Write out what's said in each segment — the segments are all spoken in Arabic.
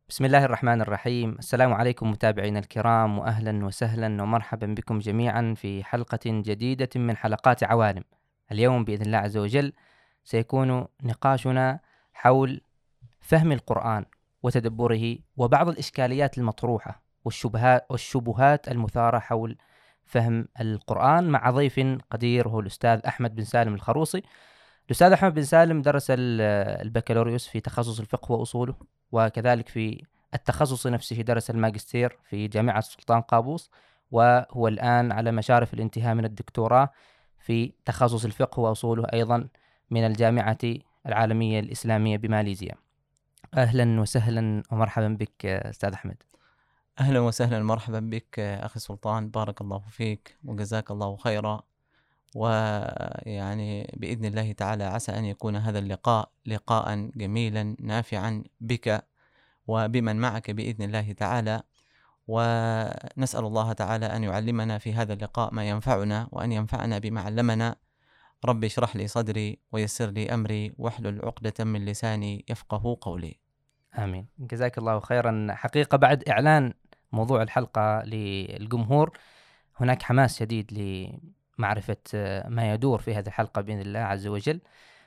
بسم الله الرحمن الرحيم. السلام عليكم متابعينا الكرام، وأهلا وسهلا ومرحبا بكم جميعا في حلقة جديدة من حلقات عوالم. اليوم بإذن الله عز وجل سيكون نقاشنا حول فهم القرآن وتدبره وبعض الإشكاليات المطروحة والشبهات المثارة حول فهم القرآن مع ضيف قدير هو الأستاذ أحمد بن سالم الخروصي. الأستاذ أحمد بن سالم درس البكالوريوس في تخصص الفقه وأصوله، وكذلك في التخصص نفسه درس الماجستير في جامعة السلطان قابوس، وهو الآن على مشارف الانتهاء من الدكتوراه في تخصص الفقه وأصوله أيضا من الجامعة العالمية الإسلامية بماليزيا. أهلا وسهلا ومرحبا بك أستاذ أحمد. أهلا وسهلا مرحبا بك أخي سلطان، بارك الله فيك وجزاك الله خيرا. ويعني بإذن الله تعالى عسى أن يكون هذا اللقاء لقاء جميلا نافعا بك وبمن معك بإذن الله تعالى، ونسأل الله تعالى أن يعلمنا في هذا اللقاء ما ينفعنا وأن ينفعنا بما علمنا. ربي اشرح لي صدري ويسر لي أمري واحلل عقدة من لساني يفقه قولي. آمين. جزاك الله خيرا. حقيقة بعد إعلان موضوع الحلقة للجمهور هناك حماس شديد لمعرفة ما يدور في هذه الحلقة بإذن الله عز وجل،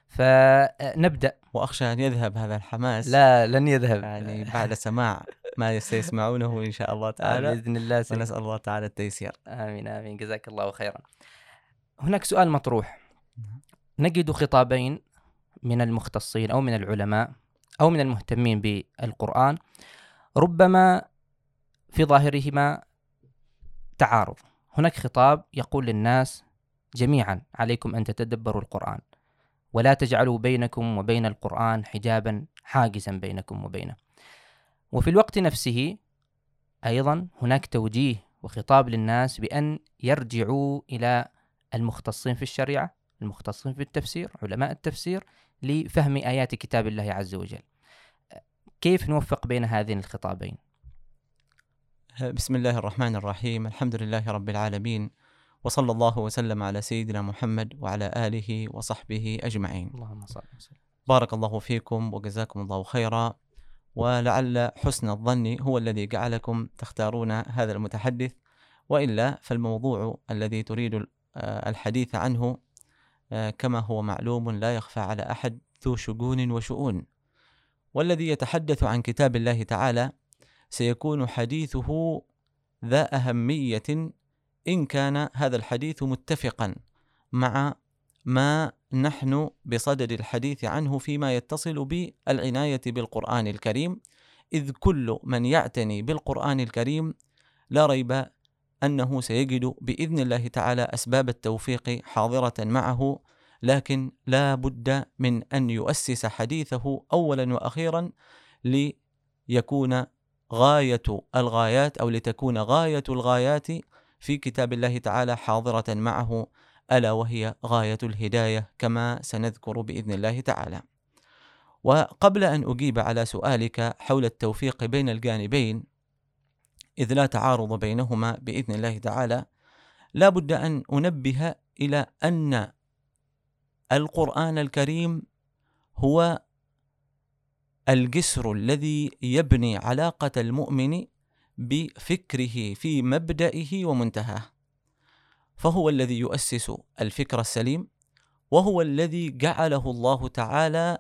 فنبدأ. وأخشى أن يذهب هذا الحماس، لا، لن يذهب يعني بعد سماع ما سيسمعونه إن شاء الله تعالى، بإذن الله ونسأل الله تعالى التيسير. آمين آمين. جزاك الله خيرا. هناك سؤال مطروح، نجد خطابين من المختصين أو من العلماء أو من المهتمين بالقرآن ربما في ظاهرهما تعارض. هناك خطاب يقول للناس جميعا عليكم أن تتدبروا القرآن ولا تجعلوا بينكم وبين القرآن حجابا حاجزا بينكم وبينه، وفي الوقت نفسه أيضا هناك توجيه وخطاب للناس بأن يرجعوا إلى المختصين في الشريعة، المختصين في التفسير، علماء التفسير، لفهم آيات كتاب الله عز وجل. كيف نوفق بين هذين الخطابين؟ بسم الله الرحمن الرحيم، الحمد لله رب العالمين، وصلى الله وسلم على سيدنا محمد وعلى آله وصحبه أجمعين. اللهم صل وسلم. بارك الله فيكم وجزاكم الله خيرا، ولعل حسن الظن هو الذي جعلكم تختارون هذا المتحدث، وإلا فالموضوع الذي تريد الحديث عنه كما هو معلوم لا يخفى على أحد ذو شجون وشؤون، والذي يتحدث عن كتاب الله تعالى سيكون حديثه ذا أهمية إن كان هذا الحديث متفقا مع ما نحن بصدد الحديث عنه فيما يتصل بالعناية بالقرآن الكريم، إذ كل من يعتني بالقرآن الكريم لا ريب أنه سيجد بإذن الله تعالى أسباب التوفيق حاضرة معه، لكن لا بد من أن يؤسس حديثه أولا وأخيرا ليكون غاية الغايات أو لتكون غاية الغايات في كتاب الله تعالى حاضرة معه، ألا وهي غاية الهداية كما سنذكر بإذن الله تعالى. وقبل أن أجيب على سؤالك حول التوفيق بين الجانبين، إذ لا تعارض بينهما بإذن الله تعالى، لا بد أن أنبه إلى أن القرآن الكريم هو الجسر الذي يبني علاقة المؤمن بفكره في مبدئه ومنتهاه، فهو الذي يؤسس الفكر السليم، وهو الذي جعله الله تعالى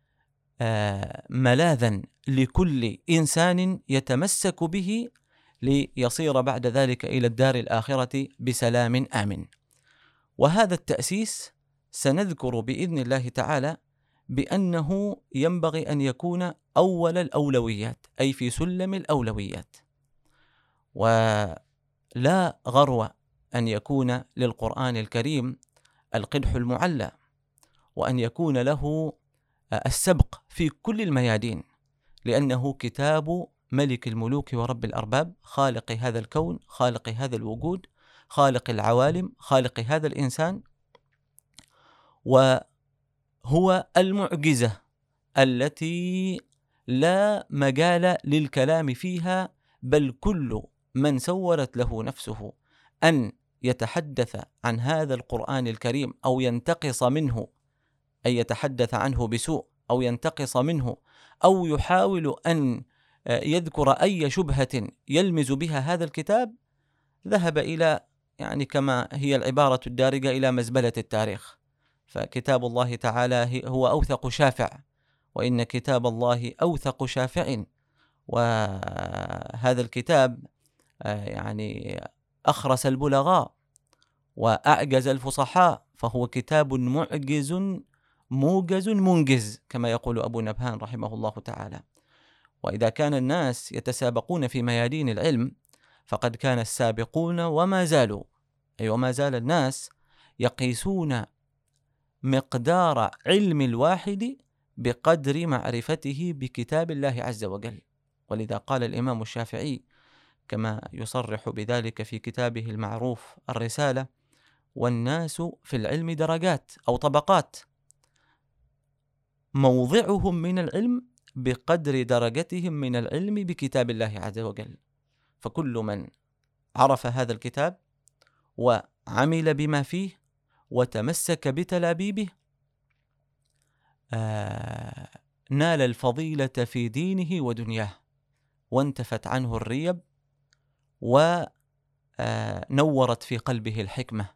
ملاذا لكل إنسان يتمسك به ليصير بعد ذلك إلى الدار الآخرة بسلام آمن. وهذا التأسيس سنذكر بإذن الله تعالى بأنه ينبغي أن يكون أول الأولويات، أي في سلم الأولويات، ولا غرو أن يكون للقرآن الكريم القدح المعلى، وأن يكون له السبق في كل الميادين، لأنه كتاب ملك الملوك ورب الأرباب، خالق هذا الكون، خالق هذا الوجود، خالق العوالم، خالق هذا الإنسان، وهو المعجزة التي لا مجال للكلام فيها، بل كل من سورت له نفسه أن يتحدث عن هذا القرآن الكريم أو ينتقص منه، أي يتحدث عنه بسوء أو ينتقص منه أو يحاول أن يذكر أي شبهة يلمز بها هذا الكتاب ذهب إلى يعني كما هي العبارة الدارجة إلى مزبلة التاريخ. فكتاب الله تعالى هو أوثق شافع، وإن كتاب الله أوثق شافع. وهذا الكتاب يعني أخرس البلغاء وأعجز الفصحاء، فهو كتاب معجز موجز منجز كما يقول أبو نبهان رحمه الله تعالى. وإذا كان الناس يتسابقون في ميادين العلم فقد كان السابقون وما زالوا، أي وما زال الناس يقيسون مقدار علم الواحد بقدر معرفته بكتاب الله عز وجل. ولذا قال الإمام الشافعي كما يصرح بذلك في كتابه المعروف الرسالة: والناس في العلم درجات أو طبقات، موضعهم من العلم بقدر درجتهم من العلم بكتاب الله عز وجل. فكل من عرف هذا الكتاب وعمل بما فيه وتمسك بتلابيبه نال الفضيلة في دينه ودنياه، وانتفت عنه الريب، ونورت في قلبه الحكمة،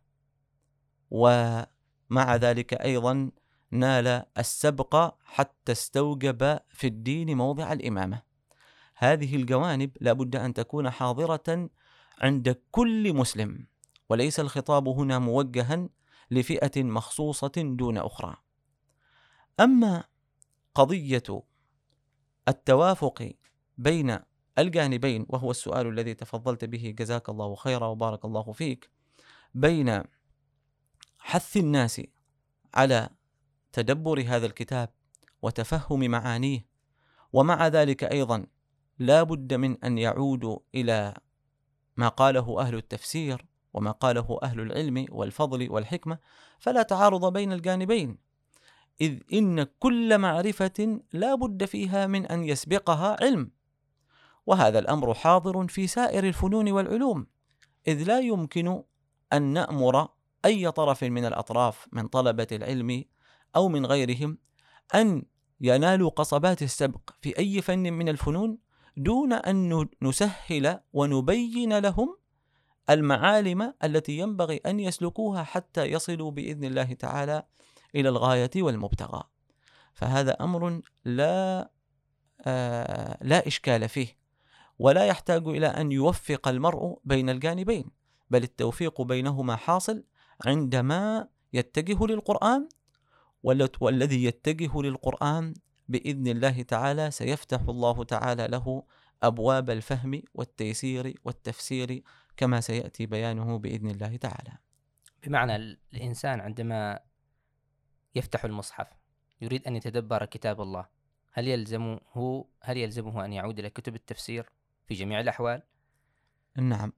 ومع ذلك أيضا نال السبق حتى استوجب في الدين موضع الإمامة. هذه الجوانب لابد أن تكون حاضرة عند كل مسلم، وليس الخطاب هنا موجها لفئة مخصوصة دون أخرى. أما قضية التوافق بين الجانبين، وهو السؤال الذي تفضلت به جزاك الله خيرا وبارك الله فيك، بين حث الناس على تدبر هذا الكتاب وتفهم معانيه، ومع ذلك أيضا لا بد من أن يعودوا إلى ما قاله أهل التفسير وما قاله أهل العلم والفضل والحكمة، فلا تعارض بين الجانبين، إذ إن كل معرفة لا بد فيها من أن يسبقها علم، وهذا الأمر حاضر في سائر الفنون والعلوم، إذ لا يمكن أن نأمر أي طرف من الأطراف من طلبة العلم أو من غيرهم أن ينالوا قصبات السبق في أي فن من الفنون دون أن نسهل ونبين لهم المعالم التي ينبغي أن يسلكوها حتى يصلوا بإذن الله تعالى إلى الغاية والمبتغى. فهذا أمر لا إشكال فيه، ولا يحتاج إلى أن يوفق المرء بين الجانبين، بل التوفيق بينهما حاصل عندما يتجه للقرآن، والذي يتجه للقرآن بإذن الله تعالى سيفتح الله تعالى له أبواب الفهم والتيسير والتفسير كما سيأتي بيانه بإذن الله تعالى. بمعنى الإنسان عندما يفتح المصحف يريد أن يتدبر كتاب الله، هل يلزمه أن يعود إلى كتب التفسير في جميع الأحوال؟ نعم.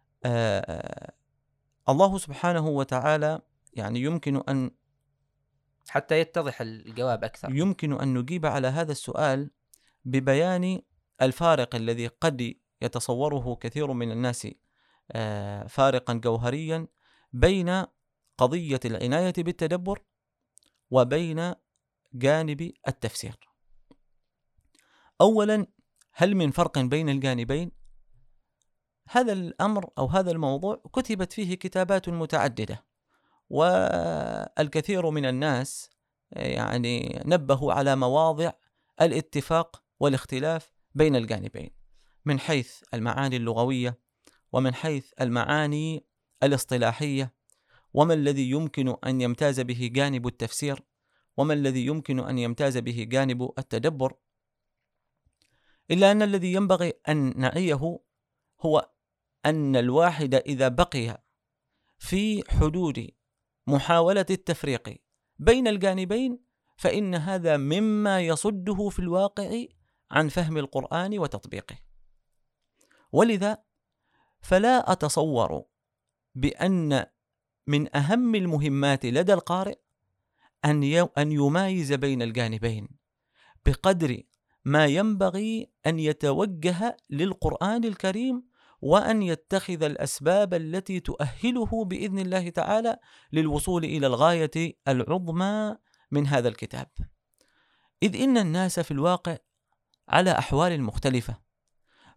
الله سبحانه وتعالى يعني يمكن أن حتى يتضح الجواب أكثر، يمكن أن نجيب على هذا السؤال ببيان الفارق الذي قد يتصوره كثير من الناس فارقا جوهريا بين قضية العناية بالتدبر وبين جانب التفسير. أولا، هل من فرق بين الجانبين؟ هذا الأمر أو هذا الموضوع كتبت فيه كتابات متعددة، والكثير من الناس يعني نبهوا على مواضع الاتفاق والاختلاف بين الجانبين من حيث المعاني اللغوية ومن حيث المعاني الاصطلاحية، وما الذي يمكن أن يمتاز به جانب التفسير وما الذي يمكن أن يمتاز به جانب التدبر. إلا أن الذي ينبغي أن نعيه هو أن الواحد إذا بقي في حدود محاولة التفريق بين الجانبين فإن هذا مما يصده في الواقع عن فهم القرآن وتطبيقه. ولذا فلا أتصور بأن من أهم المهمات لدى القارئ أن يمايز بين الجانبين بقدر ما ينبغي أن يتوجه للقرآن الكريم وأن يتخذ الأسباب التي تؤهله بإذن الله تعالى للوصول إلى الغاية العظمى من هذا الكتاب. إذ إن الناس في الواقع على أحوال مختلفة،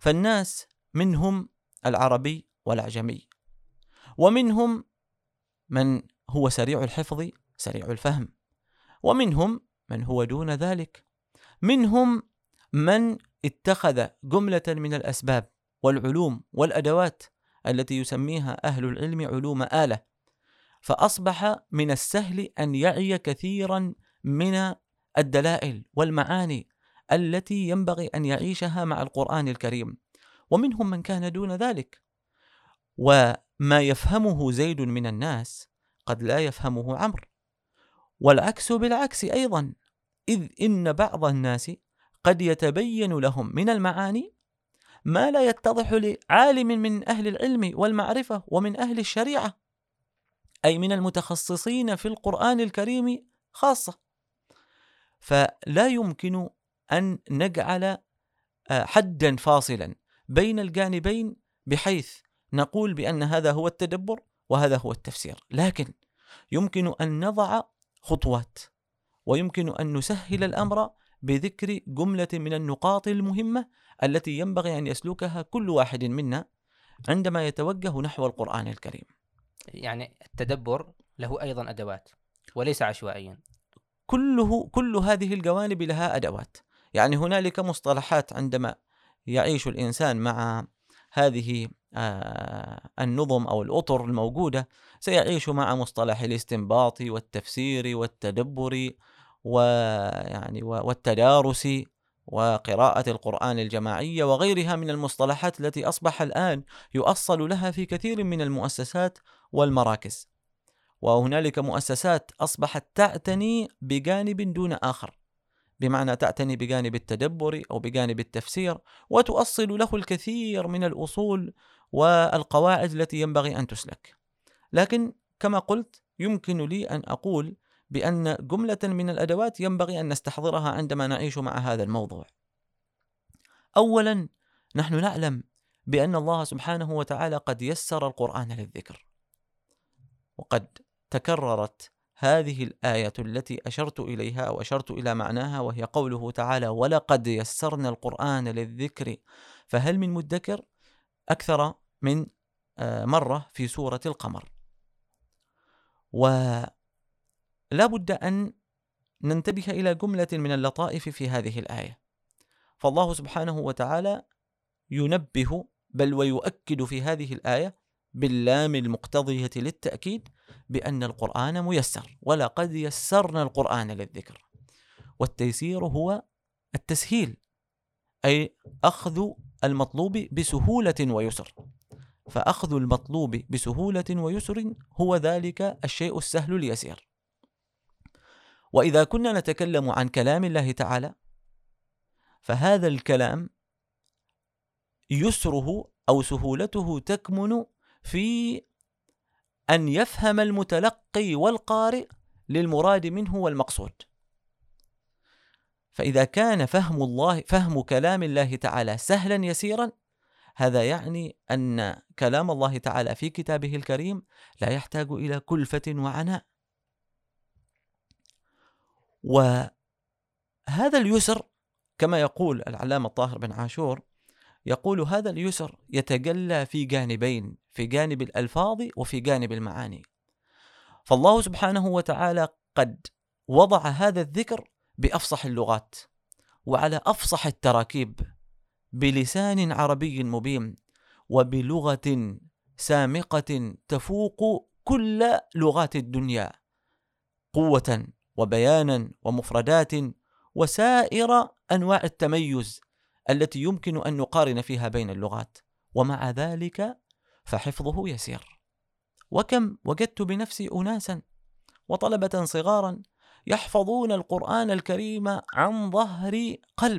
فالناس منهم العربي والأعجمي، ومنهم من هو سريع الحفظ سريع الفهم، ومنهم من هو دون ذلك، منهم من اتخذ جملة من الأسباب والعلوم والأدوات التي يسميها أهل العلم علوم آلة، فأصبح من السهل أن يعي كثيرا من الدلائل والمعاني التي ينبغي أن يعيشها مع القرآن الكريم. ومنهم من كان دون ذلك، وما يفهمه زيد من الناس قد لا يفهمه عمرو، والعكس بالعكس أيضا، إذ إن بعض الناس قد يتبين لهم من المعاني ما لا يتضح لعالم من أهل العلم والمعرفة ومن أهل الشريعة، أي من المتخصصين في القرآن الكريم خاصة. فلا يمكن أن نجعل حدا فاصلا بين الجانبين بحيث نقول بأن هذا هو التدبر وهذا هو التفسير، لكن يمكن أن نضع خطوات، ويمكن أن نسهل الأمر بذكر جملة من النقاط المهمة التي ينبغي أن يسلكها كل واحد منا عندما يتوجه نحو القرآن الكريم. يعني التدبر له أيضا أدوات وليس عشوائيا. كل هذه الجوانب لها أدوات. يعني هنالك مصطلحات عندما يعيش الإنسان مع هذه النظم أو الأطر الموجودة، سيعيش مع مصطلح الاستنباط والتفسير والتدبر والتدارس وقراءة القرآن الجماعية وغيرها من المصطلحات التي أصبح الآن يؤصل لها في كثير من المؤسسات والمراكز. وهنالك مؤسسات أصبحت تعتني بجانب دون آخر، بمعنى تعتني بجانب التدبر أو بجانب التفسير، وتؤصل له الكثير من الأصول والقواعد التي ينبغي أن تسلك. لكن كما قلت يمكن لي أن أقول بأن جملة من الأدوات ينبغي أن نستحضرها عندما نعيش مع هذا الموضوع. أولا، نحن نعلم بأن الله سبحانه وتعالى قد يسر القرآن للذكر، وقد تكررت هذه الآية التي أشرت إليها أو أشرت إلى معناها، وهي قوله تعالى: ولقد يسرنا القرآن للذكر فهل من مدكر، أكثر من مرة في سورة القمر. ولا بد أن ننتبه إلى جملة من اللطائف في هذه الآية. فالله سبحانه وتعالى ينبه بل ويؤكد في هذه الآية باللام المقتضية للتأكيد بأن القرآن ميسر، ولقد يسرنا القرآن للذكر. والتيسير هو التسهيل، أي أخذ المطلوب بسهولة ويسر، فأخذ المطلوب بسهولة ويسر هو ذلك الشيء السهل اليسير. وإذا كنا نتكلم عن كلام الله تعالى فهذا الكلام يسره أو سهولته تكمن في أن يفهم المتلقي والقارئ للمراد منه والمقصود. فإذا كان فهم كلام الله تعالى سهلا يسيرا، هذا يعني أن كلام الله تعالى في كتابه الكريم لا يحتاج إلى كلفة وعناء. وهذا اليسر كما يقول العلامة الطاهر بن عاشور، يقول هذا اليسر يتجلى في جانبين، في جانب الألفاظ وفي جانب المعاني. فالله سبحانه وتعالى قد وضع هذا الذكر بأفصح اللغات وعلى أفصح التراكيب بلسان عربي مبين وبلغة سامقة تفوق كل لغات الدنيا قوة وبيانا ومفردات وسائر أنواع التميز التي يمكن أن نقارن فيها بين اللغات، ومع ذلك فحفظه يسير. وكم وجدت بنفسي أناسا وطلبة صغارا يحفظون القرآن الكريم عن ظهر قلب،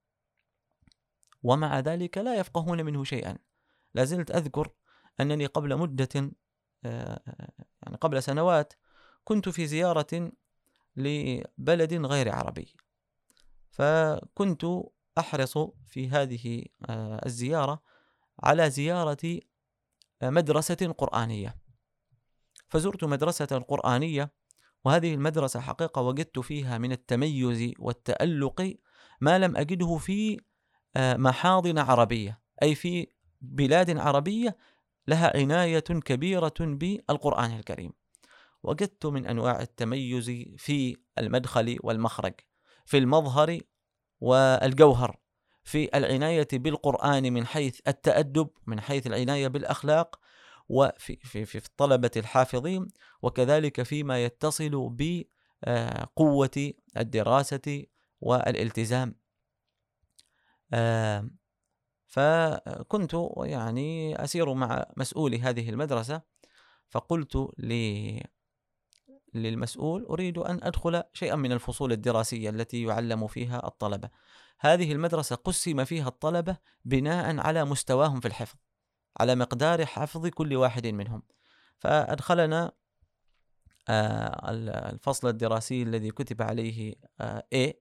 ومع ذلك لا يفقهون منه شيئا. لازلت أذكر أنني قبل مدة يعني قبل سنوات كنت في زيارة لبلد غير عربي، فكنت أحرص في هذه الزيارة على زيارة مدرسة قرآنية، فزرت مدرسة قرآنية، وهذه المدرسة حقيقة وجدت فيها من التميز والتألق ما لم أجده في محاضن عربية، أي في بلاد عربية لها عناية كبيرة بالقرآن الكريم. وجدت من أنواع التميز في المدخل والمخرج، في المظهر والجوهر، في العناية بالقرآن من حيث التأدب، من حيث العناية بالأخلاق، وفي الطلبة الحافظين، وكذلك فيما يتصل بقوة الدراسة والالتزام. فكنت يعني أسير مع مسؤول هذه المدرسة، فقلت للمسؤول: أريد أن أدخل شيئا من الفصول الدراسية التي يعلم فيها الطلبة. هذه المدرسة قسم فيها الطلبة بناء على مستواهم في الحفظ، على مقدار حفظ كل واحد منهم. فأدخلنا الفصل الدراسي الذي كتب عليه A،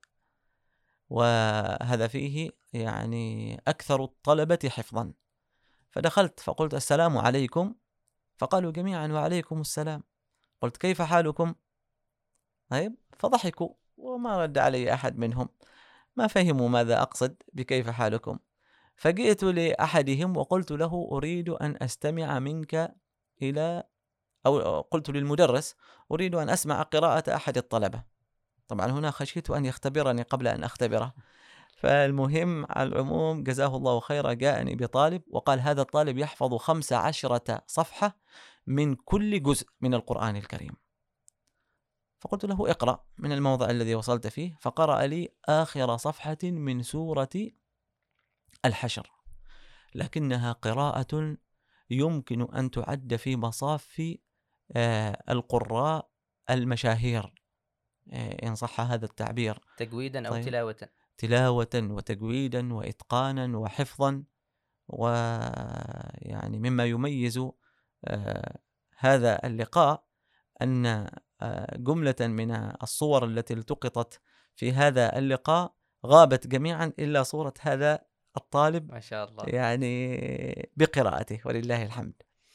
وهذا فيه يعني أكثر الطلبة حفظا. فدخلت فقلت: السلام عليكم. فقالوا جميعا: وعليكم السلام. قلت: كيف حالكم؟ طيب، فضحكوا وما رد علي أحد منهم، ما فهموا ماذا أقصد بكيف حالكم. فجئت لأحدهم وقلت له: أريد أن أستمع منك أو قلت للمدرس: أريد أن أسمع قراءة أحد الطلبة. طبعا هنا خشيت أن يختبرني قبل أن أختبره. فالمهم على العموم جزاه الله خيرا، جاءني بطالب وقال: هذا الطالب يحفظ 15 صفحة من كل جزء من القرآن الكريم. فقلت له: اقرأ من الموضع الذي وصلت فيه. فقرأ لي آخر صفحة من سورة الحشر، لكنها قراءة يمكن أن تعد في مصاف القراء المشاهير، إن صح هذا التعبير، تجويدا أو طيب، تلاوة وتجويدا وإتقانا وحفظا. ويعني مما يميز هذا اللقاء أن جملة من الصور التي التقطت في هذا اللقاء غابت جميعا إلا صورة هذا الطالب، ما شاء الله، يعني بقراءته ولله الحمد.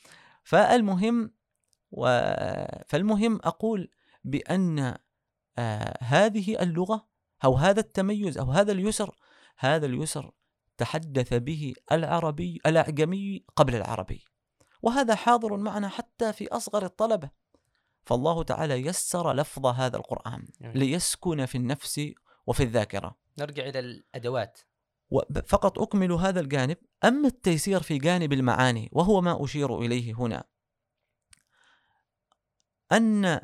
فالمهم أقول بأن هذه اللغة أو هذا التميز أو هذا اليسر تحدث به الأعجمي قبل العربي، وهذا حاضر معنا حتى في أصغر الطلبة. فالله تعالى يسر لفظ هذا القرآن ليسكن في النفس وفي الذاكرة. نرجع إلى الأدوات فقط أكمل هذا الجانب. أما التيسير في جانب المعاني، وهو ما أشير إليه هنا، أن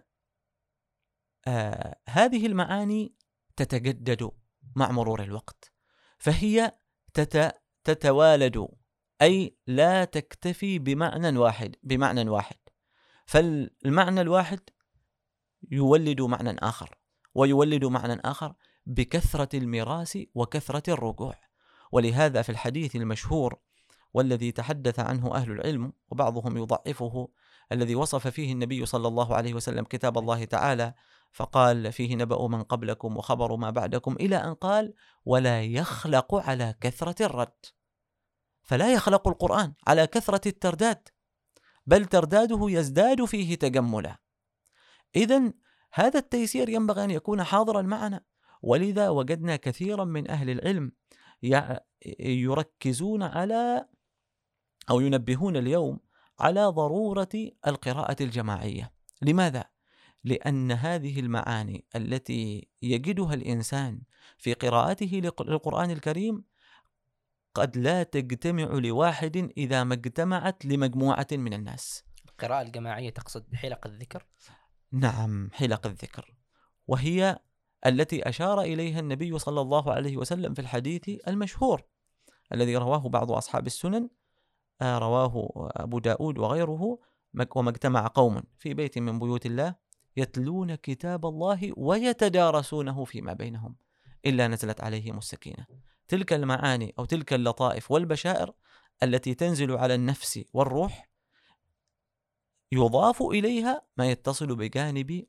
هذه المعاني تتجدد مع مرور الوقت، فهي تتوالد، أي لا تكتفي بمعنى واحد. فالمعنى الواحد يولد معنى آخر، ويولد معنى آخر بكثرة الميراث وكثرة الرجوع. ولهذا في الحديث المشهور والذي تحدث عنه أهل العلم وبعضهم يضعفه، الذي وصف فيه النبي صلى الله عليه وسلم كتاب الله تعالى، فقال: فيه نبأ من قبلكم وخبر ما بعدكم، إلى أن قال: ولا يخلق على كثرة الرد. فلا يخلق القرآن على كثرة الترداد، بل ترداده يزداد فيه تجملا. إذن هذا التيسير ينبغي أن يكون حاضرا معنا. ولذا وجدنا كثيرا من أهل العلم يركزون على أو ينبهون اليوم على ضرورة القراءة الجماعية. لماذا؟ لأن هذه المعاني التي يجدها الإنسان في قراءته للقرآن الكريم قد لا تجتمع لواحد إذا ما اجتمعت لمجموعة من الناس. القراءة الجماعية تقصد حلق الذكر؟ نعم، حلق الذكر، وهي التي أشار إليها النبي صلى الله عليه وسلم في الحديث المشهور الذي رواه بعض أصحاب السنن، رواه أبو داود وغيره: وما اجتمع قوم في بيت من بيوت الله يتلون كتاب الله ويتدارسونه فيما بينهم إلا نزلت عليهم السكينة. تلك المعاني أو تلك اللطائف والبشائر التي تنزل على النفس والروح يضاف إليها ما يتصل بجانب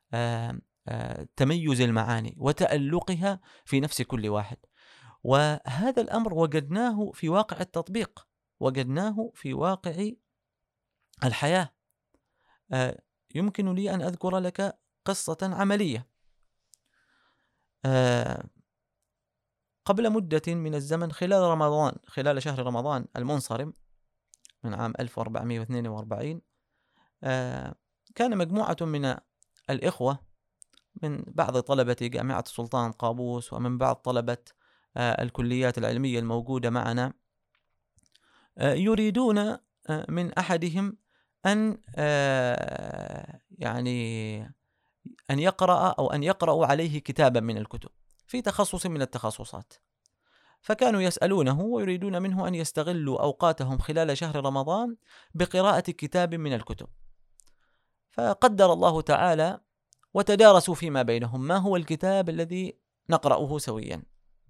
تميز المعاني وتألقها في نفس كل واحد. وهذا الأمر وجدناه في واقع التطبيق، وجدناه في واقع الحياة. يمكن لي أن أذكر لك قصة عملية. قبل مدة من الزمن خلال شهر رمضان المنصرم من عام 1442 كان مجموعة من الإخوة من بعض طلبة جامعة السلطان قابوس ومن بعض طلبة الكليات العلمية الموجودة معنا يريدون من أحدهم أن أن يقرأوا عليه كتابا من الكتب في تخصص من التخصصات، فكانوا يسألونه ويريدون منه أن يستغلوا أوقاتهم خلال شهر رمضان بقراءة كتاب من الكتب. فقدر الله تعالى وتدارسوا فيما بينهم ما هو الكتاب الذي نقرأه سويا،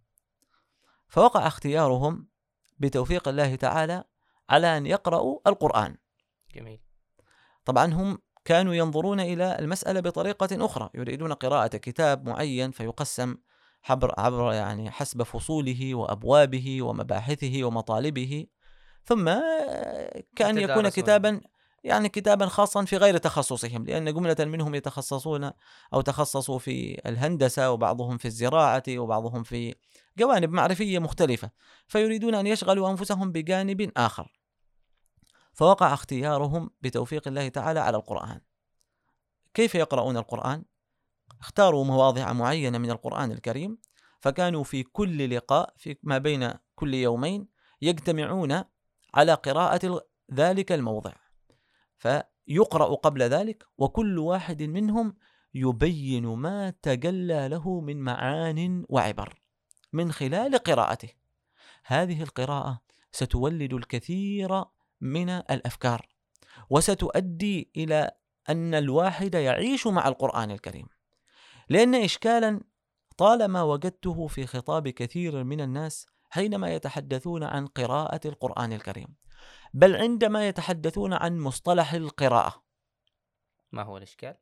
فوقع اختيارهم بتوفيق الله تعالى على أن يقرأوا القرآن. جميل. طبعا هم كانوا ينظرون إلى المسألة بطريقة أخرى، يريدون قراءة كتاب معين فيقسم عبر حسب فصوله وأبوابه ومباحثه ومطالبه، ثم كان يكون كتابا خاصا في غير تخصصهم، لأن جملة منهم يتخصصون أو تخصصوا في الهندسة وبعضهم في الزراعة وبعضهم في جوانب معرفية مختلفة، فيريدون أن يشغلوا أنفسهم بجانب آخر. فوقع اختيارهم بتوفيق الله تعالى على القرآن. كيف يقرؤون القرآن؟ اختاروا مواضع معينة من القرآن الكريم، فكانوا في كل لقاء في ما بين كل يومين يجتمعون على قراءة ذلك الموضع، فيقرأ قبل ذلك، وكل واحد منهم يبين ما تجلى له من معان وعبر من خلال قراءته. هذه القراءة ستولد الكثير من الأفكار، وستؤدي إلى أن الواحد يعيش مع القرآن الكريم. لأن إشكالا طالما وجدته في خطاب كثير من الناس حينما يتحدثون عن قراءة القرآن الكريم، بل عندما يتحدثون عن مصطلح القراءة. ما هو الإشكال؟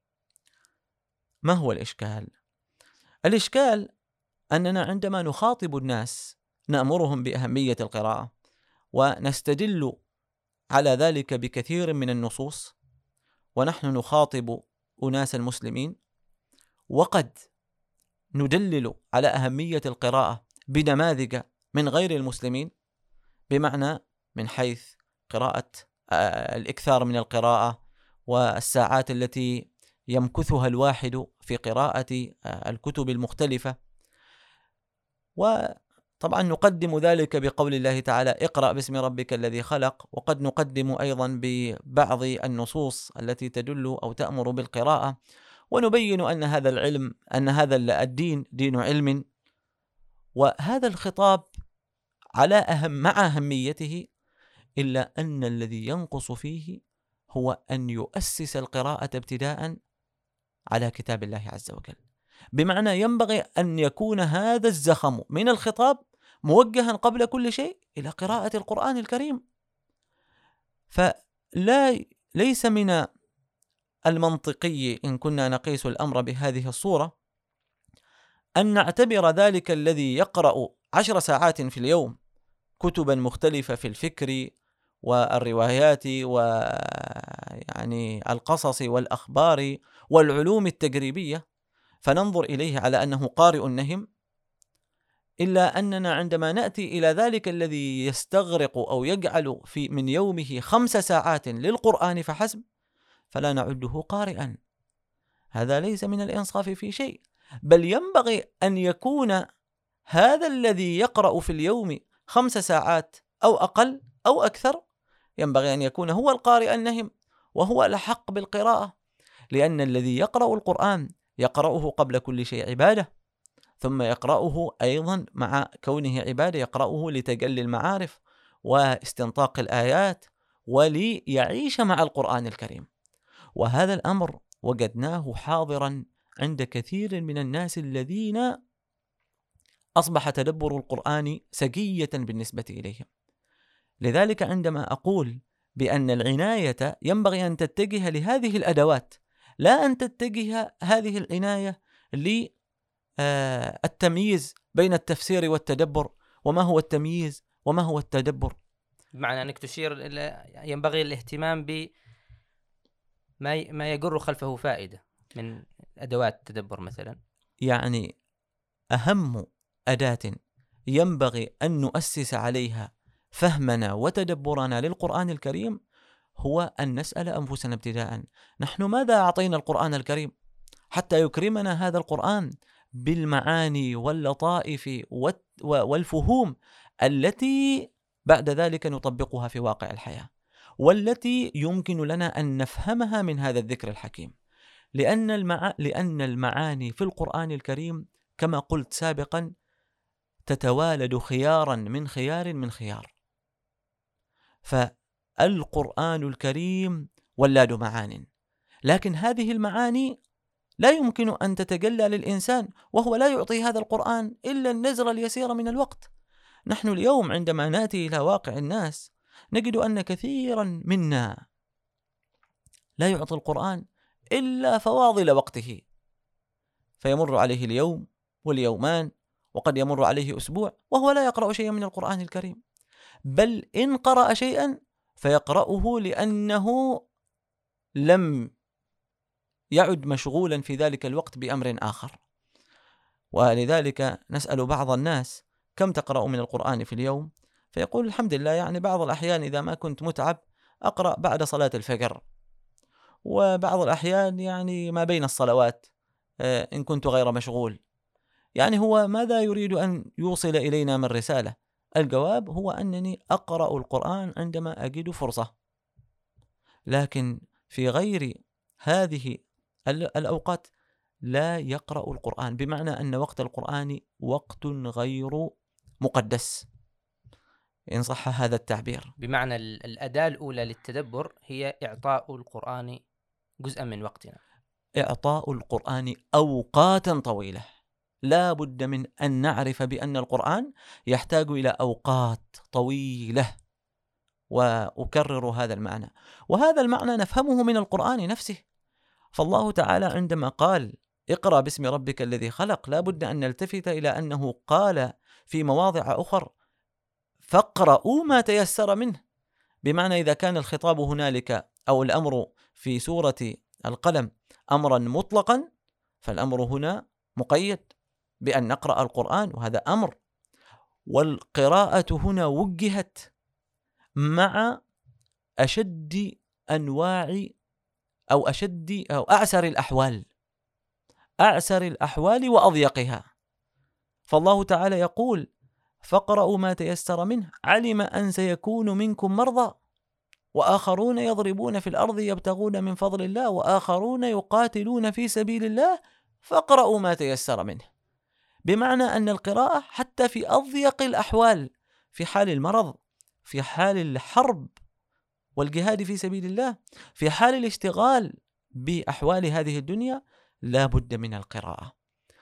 ما هو الإشكال؟ الإشكال أننا عندما نخاطب الناس نأمرهم بأهمية القراءة ونستدل على ذلك بكثير من النصوص، ونحن نخاطب أناس المسلمين، وقد ندلل على أهمية القراءة بنماذج من غير المسلمين، بمعنى من حيث قراءة الإكثار من القراءة والساعات التي يمكثها الواحد في قراءة الكتب المختلفة. وطبعا نقدم ذلك بقول الله تعالى: اقرأ باسم ربك الذي خلق، وقد نقدم أيضا ببعض النصوص التي تدل أو تأمر بالقراءة، ونبين أن هذا العلم، أن هذا الدين دين علم. وهذا الخطاب مع أهميته، إلا أن الذي ينقص فيه هو أن يؤسس القراءة ابتداء على كتاب الله عز وجل، بمعنى ينبغي أن يكون هذا الزخم من الخطاب موجها قبل كل شيء إلى قراءة القرآن الكريم. ليس من المنطقي إن كنا نقيس الأمر بهذه الصورة أن نعتبر ذلك الذي يقرأ 10 ساعات في اليوم كتبا مختلفة في الفكر والروايات القصص والأخبار والعلوم التجريبية، فننظر إليه على أنه قارئ نهم، إلا أننا عندما نأتي إلى ذلك الذي يستغرق أو يجعل من يومه 5 ساعات للقرآن فحسب، فلا نعده قارئا. هذا ليس من الإنصاف في شيء، بل ينبغي أن يكون هذا الذي يقرأ في اليوم 5 ساعات أو أقل أو أكثر، ينبغي أن يكون هو القارئ النهم، وهو الحق بالقراءة، لأن الذي يقرأ القرآن يقرأه قبل كل شيء عبادة، ثم يقرأه أيضا مع كونه عبادة يقرأه لتجلي المعارف واستنطاق الآيات وليعيش مع القرآن الكريم. وهذا الأمر وجدناه حاضرا عند كثير من الناس الذين أصبح تدبر القرآن سجية بالنسبة إليهم. لذلك عندما أقول بأن العناية ينبغي أن تتجه لهذه الأدوات، لا أن تتجه هذه العناية للتمييز بين التفسير والتدبر، وما هو التمييز وما هو التدبر. بمعنى أنك تشير إلى ينبغي الاهتمام بما يجر خلفه فائدة من أدوات التدبر مثلا. يعني أهم أداة ينبغي أن نؤسس عليها فهمنا وتدبرنا للقرآن الكريم هو أن نسأل أنفسنا ابتداء: نحن ماذا أعطينا القرآن الكريم حتى يكرمنا هذا القرآن بالمعاني واللطائف والفهوم التي بعد ذلك نطبقها في واقع الحياة، والتي يمكن لنا أن نفهمها من هذا الذكر الحكيم. لأن المعاني في القرآن الكريم كما قلت سابقا تتوالد خيارا من خيار من خيار. فالقرآن الكريم ولاد معان، لكن هذه المعاني لا يمكن أن تتجلى للإنسان وهو لا يعطي هذا القرآن إلا النزر اليسير من الوقت. نحن اليوم عندما نأتي إلى واقع الناس نجد أن كثيرا منا لا يعطي القرآن إلا فواضل وقته، فيمر عليه اليوم واليومان وقد يمر عليه أسبوع وهو لا يقرأ شيئا من القرآن الكريم، بل إن قرأ شيئا فيقرأه لأنه لم يعد مشغولا في ذلك الوقت بأمر آخر. ولذلك نسأل بعض الناس: كم تقرأ من القرآن في اليوم؟ فيقول: الحمد لله، يعني بعض الأحيان إذا ما كنت متعب أقرأ بعد صلاة الفجر، وبعض الأحيان يعني ما بين الصلوات إن كنت غير مشغول. يعني هو ماذا يريد أن يوصل إلينا من رسالة؟ الجواب هو أنني أقرأ القرآن عندما أجد فرصة، لكن في غير هذه الأوقات لا يقرأ القرآن، بمعنى أن وقت القرآن وقت غير مقدس إن صح هذا التعبير. بمعنى الأداة الأولى للتدبر هي إعطاء القرآن جزءا من وقتنا، إعطاء القرآن أوقاتا طويلة. لا بد من أن نعرف بأن القرآن يحتاج إلى أوقات طويلة، وأكرر هذا المعنى، وهذا المعنى نفهمه من القرآن نفسه. فالله تعالى عندما قال: اقرأ باسم ربك الذي خلق، لا بد أن نلتفت إلى أنه قال في مواضع أخر: فاقرأوا ما تيسر منه، بمعنى إذا كان الخطاب هنالك أو الأمر في سورة القلم أمرا مطلقا، فالأمر هنا مقيد بأن نقرأ القرآن، وهذا أمر. والقراءة هنا وجهت مع أشد أنواع أو أعسر الأحوال وأضيقها. فالله تعالى يقول: فاقرأوا ما تيسر منه، علم أن سيكون منكم مرضى وآخرون يضربون في الأرض يبتغون من فضل الله وآخرون يقاتلون في سبيل الله فاقرأوا ما تيسر منه. بمعنى أن القراءة حتى في أضيق الأحوال، في حال المرض، في حال الحرب والجهاد في سبيل الله، في حال الاشتغال بأحوال هذه الدنيا، لا بد من القراءة.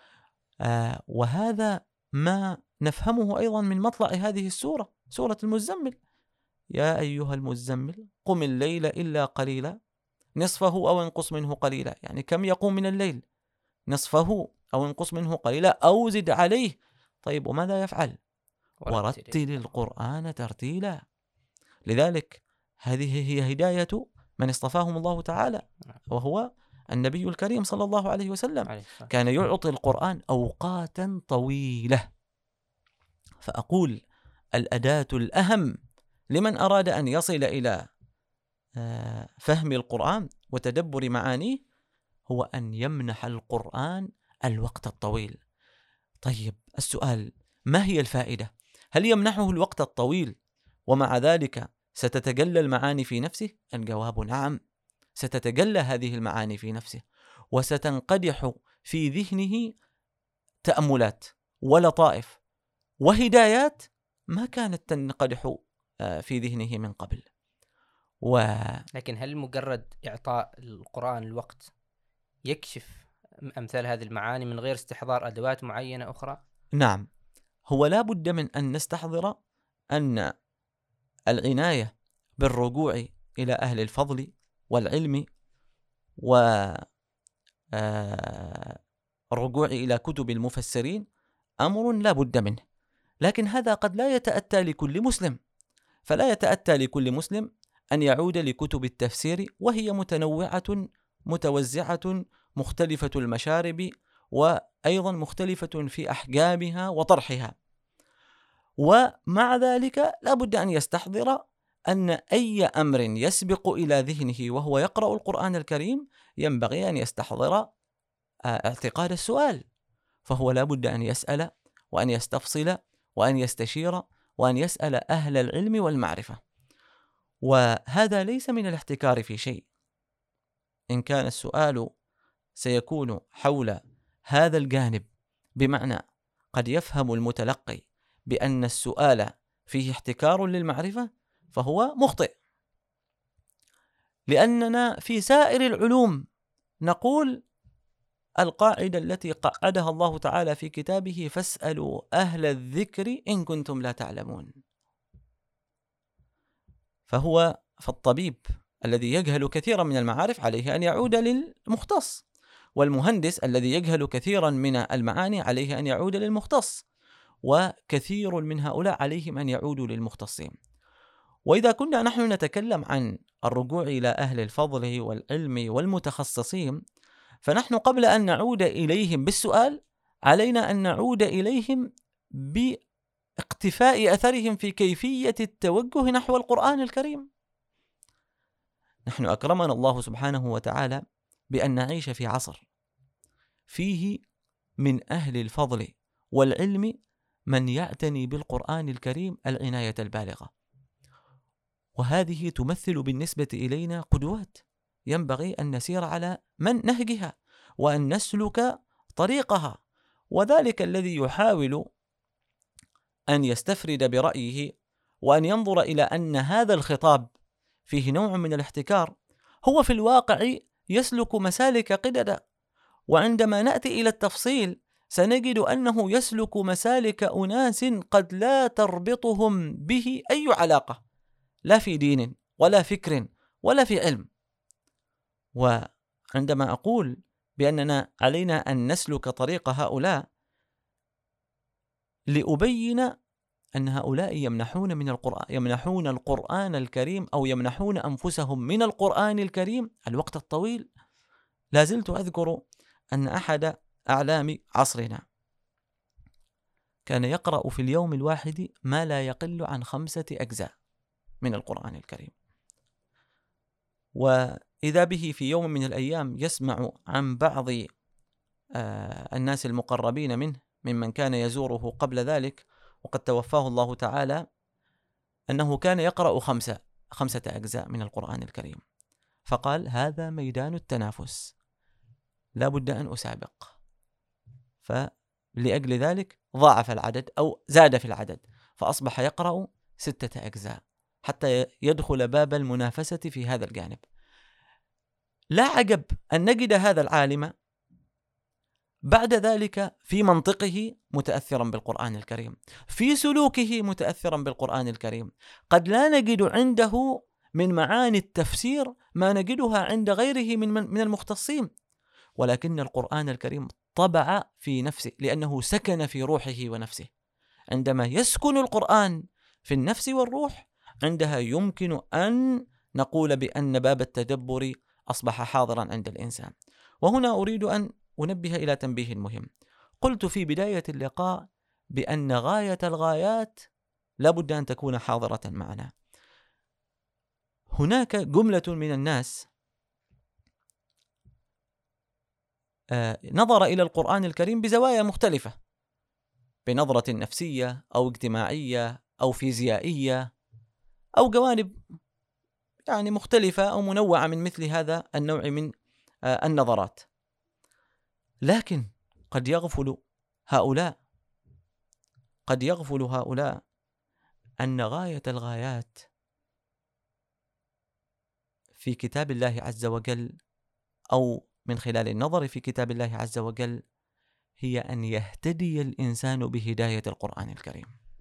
وهذا ما نفهمه أيضا من مطلع هذه السورة، سورة المزمل: يا أيها المزمل قم الليل إلا قليلا نصفه أو انقص منه قليلا. يعني كم يقوم من الليل؟ نصفه أو انقص منه قليلا أو زد عليه. طيب وماذا يفعل؟ ورتل القرآن ترتيلا. لذلك هذه هي هداية من اصطفاهم الله تعالى، وهو النبي الكريم صلى الله عليه وسلم، كان يعطي القرآن أوقاتا طويلة. فأقول: الأداة الأهم لمن أراد أن يصل إلى فهم القرآن وتدبر معانيه هو أن يمنح القرآن الوقت الطويل. طيب السؤال: ما هي الفائدة؟ هل يمنحه الوقت الطويل ومع ذلك ستتجلى المعاني في نفسه؟ الجواب نعم، ستتجلى هذه المعاني في نفسه، وستنقدح في ذهنه تأملات ولطائف وهدايات ما كانت تنقدح في ذهنه من قبل. لكن هل مجرد إعطاء القرآن الوقت يكشف أمثال هذه المعاني من غير استحضار أدوات معينة أخرى؟ نعم، هو لا بد من أن نستحضر أن العناية بالرجوع إلى أهل الفضل والعلم والرجوع إلى كتب المفسرين أمر لا بد منه، لكن هذا قد لا يتأتى لكل مسلم. فلا يتأتى لكل مسلم أن يعود لكتب التفسير، وهي متنوعة متوزعة مختلفة المشارب، وأيضا مختلفة في أحجامها وطرحها. ومع ذلك لا بد أن يستحضر أن أي أمر يسبق إلى ذهنه وهو يقرأ القرآن الكريم ينبغي أن يستحضر اعتقاد السؤال، فهو لا بد أن يسأل وأن يستفصل وأن يستشير وأن يسأل أهل العلم والمعرفة. وهذا ليس من الاحتكار في شيء، إن كان السؤال سيكون حول هذا الجانب، بمعنى قد يفهم المتلقي بأن السؤال فيه احتكار للمعرفة، فهو مخطئ، لأننا في سائر العلوم نقول القاعدة التي قعدها الله تعالى في كتابه: فاسألوا أهل الذكر إن كنتم لا تعلمون. فالطبيب الذي يجهل كثيرا من المعارف عليه أن يعود للمختص، والمهندس الذي يجهل كثيرا من المعاني عليه أن يعود للمختص، وكثير من هؤلاء عليهم أن يعودوا للمختصين. وإذا كنا نحن نتكلم عن الرجوع إلى أهل الفضل والعلم والمتخصصين، فنحن قبل أن نعود إليهم بالسؤال علينا أن نعود إليهم باقتفاء أثرهم في كيفية التوجه نحو القرآن الكريم. نحن أكرمنا الله سبحانه وتعالى بأن نعيش في عصر فيه من أهل الفضل والعلم من يعتني بالقرآن الكريم العناية البالغة، وهذه تمثل بالنسبة إلينا قدوات ينبغي أن نسير على من نهجها وأن نسلك طريقها. وذلك الذي يحاول أن يستفرد برأيه وأن ينظر إلى أن هذا الخطاب فيه نوع من الاحتكار هو في الواقع يسلك مسالك قددا، وعندما نأتي إلى التفصيل سنجد أنه يسلك مسالك أناس قد لا تربطهم به أي علاقة، لا في دين ولا فكر ولا في علم. وعندما أقول بأننا علينا أن نسلك طريق هؤلاء لأبين أن هؤلاء يمنحون القرآن الكريم أو يمنحون أنفسهم من القرآن الكريم الوقت الطويل. لازلت أذكر أن أحد أعلام عصرنا كان يقرأ في اليوم الواحد ما لا يقل عن 5 أجزاء من القرآن الكريم، وإذا به في يوم من الأيام يسمع عن بعض الناس المقربين منه ممن كان يزوره قبل ذلك وقد توفاه الله تعالى أنه كان يقرأ 5 أجزاء من القرآن الكريم، فقال: هذا ميدان التنافس، لا بد أن أسابق. فلأجل ذلك ضاعف العدد أو زاد في العدد، فأصبح يقرأ 6 أجزاء حتى يدخل باب المنافسة في هذا الجانب. لا عجب أن نجد هذا العالم بعد ذلك في منطقه متأثرا بالقرآن الكريم، في سلوكه متأثرا بالقرآن الكريم. قد لا نجد عنده من معاني التفسير ما نجدها عند غيره من المختصين، ولكن القرآن الكريم طبع في نفسه لأنه سكن في روحه ونفسه. عندما يسكن القرآن في النفس والروح، عندها يمكن أن نقول بأن باب التدبر أصبح حاضرا عند الإنسان. وهنا أريد أن أنبه إلى تنبيه مهم. قلت في بداية اللقاء بأن غاية الغايات لابد أن تكون حاضرة معنا. هناك جملة من الناس نظر إلى القرآن الكريم بزوايا مختلفة، بنظرة نفسية أو اجتماعية أو فيزيائية أو جوانب يعني مختلفة أو منوعة من مثل هذا النوع من النظرات. لكن قد يغفل هؤلاء أن غاية الغايات في كتاب الله عز وجل أو من خلال النظر في كتاب الله عز وجل هي أن يهتدي الإنسان بهداية القرآن الكريم،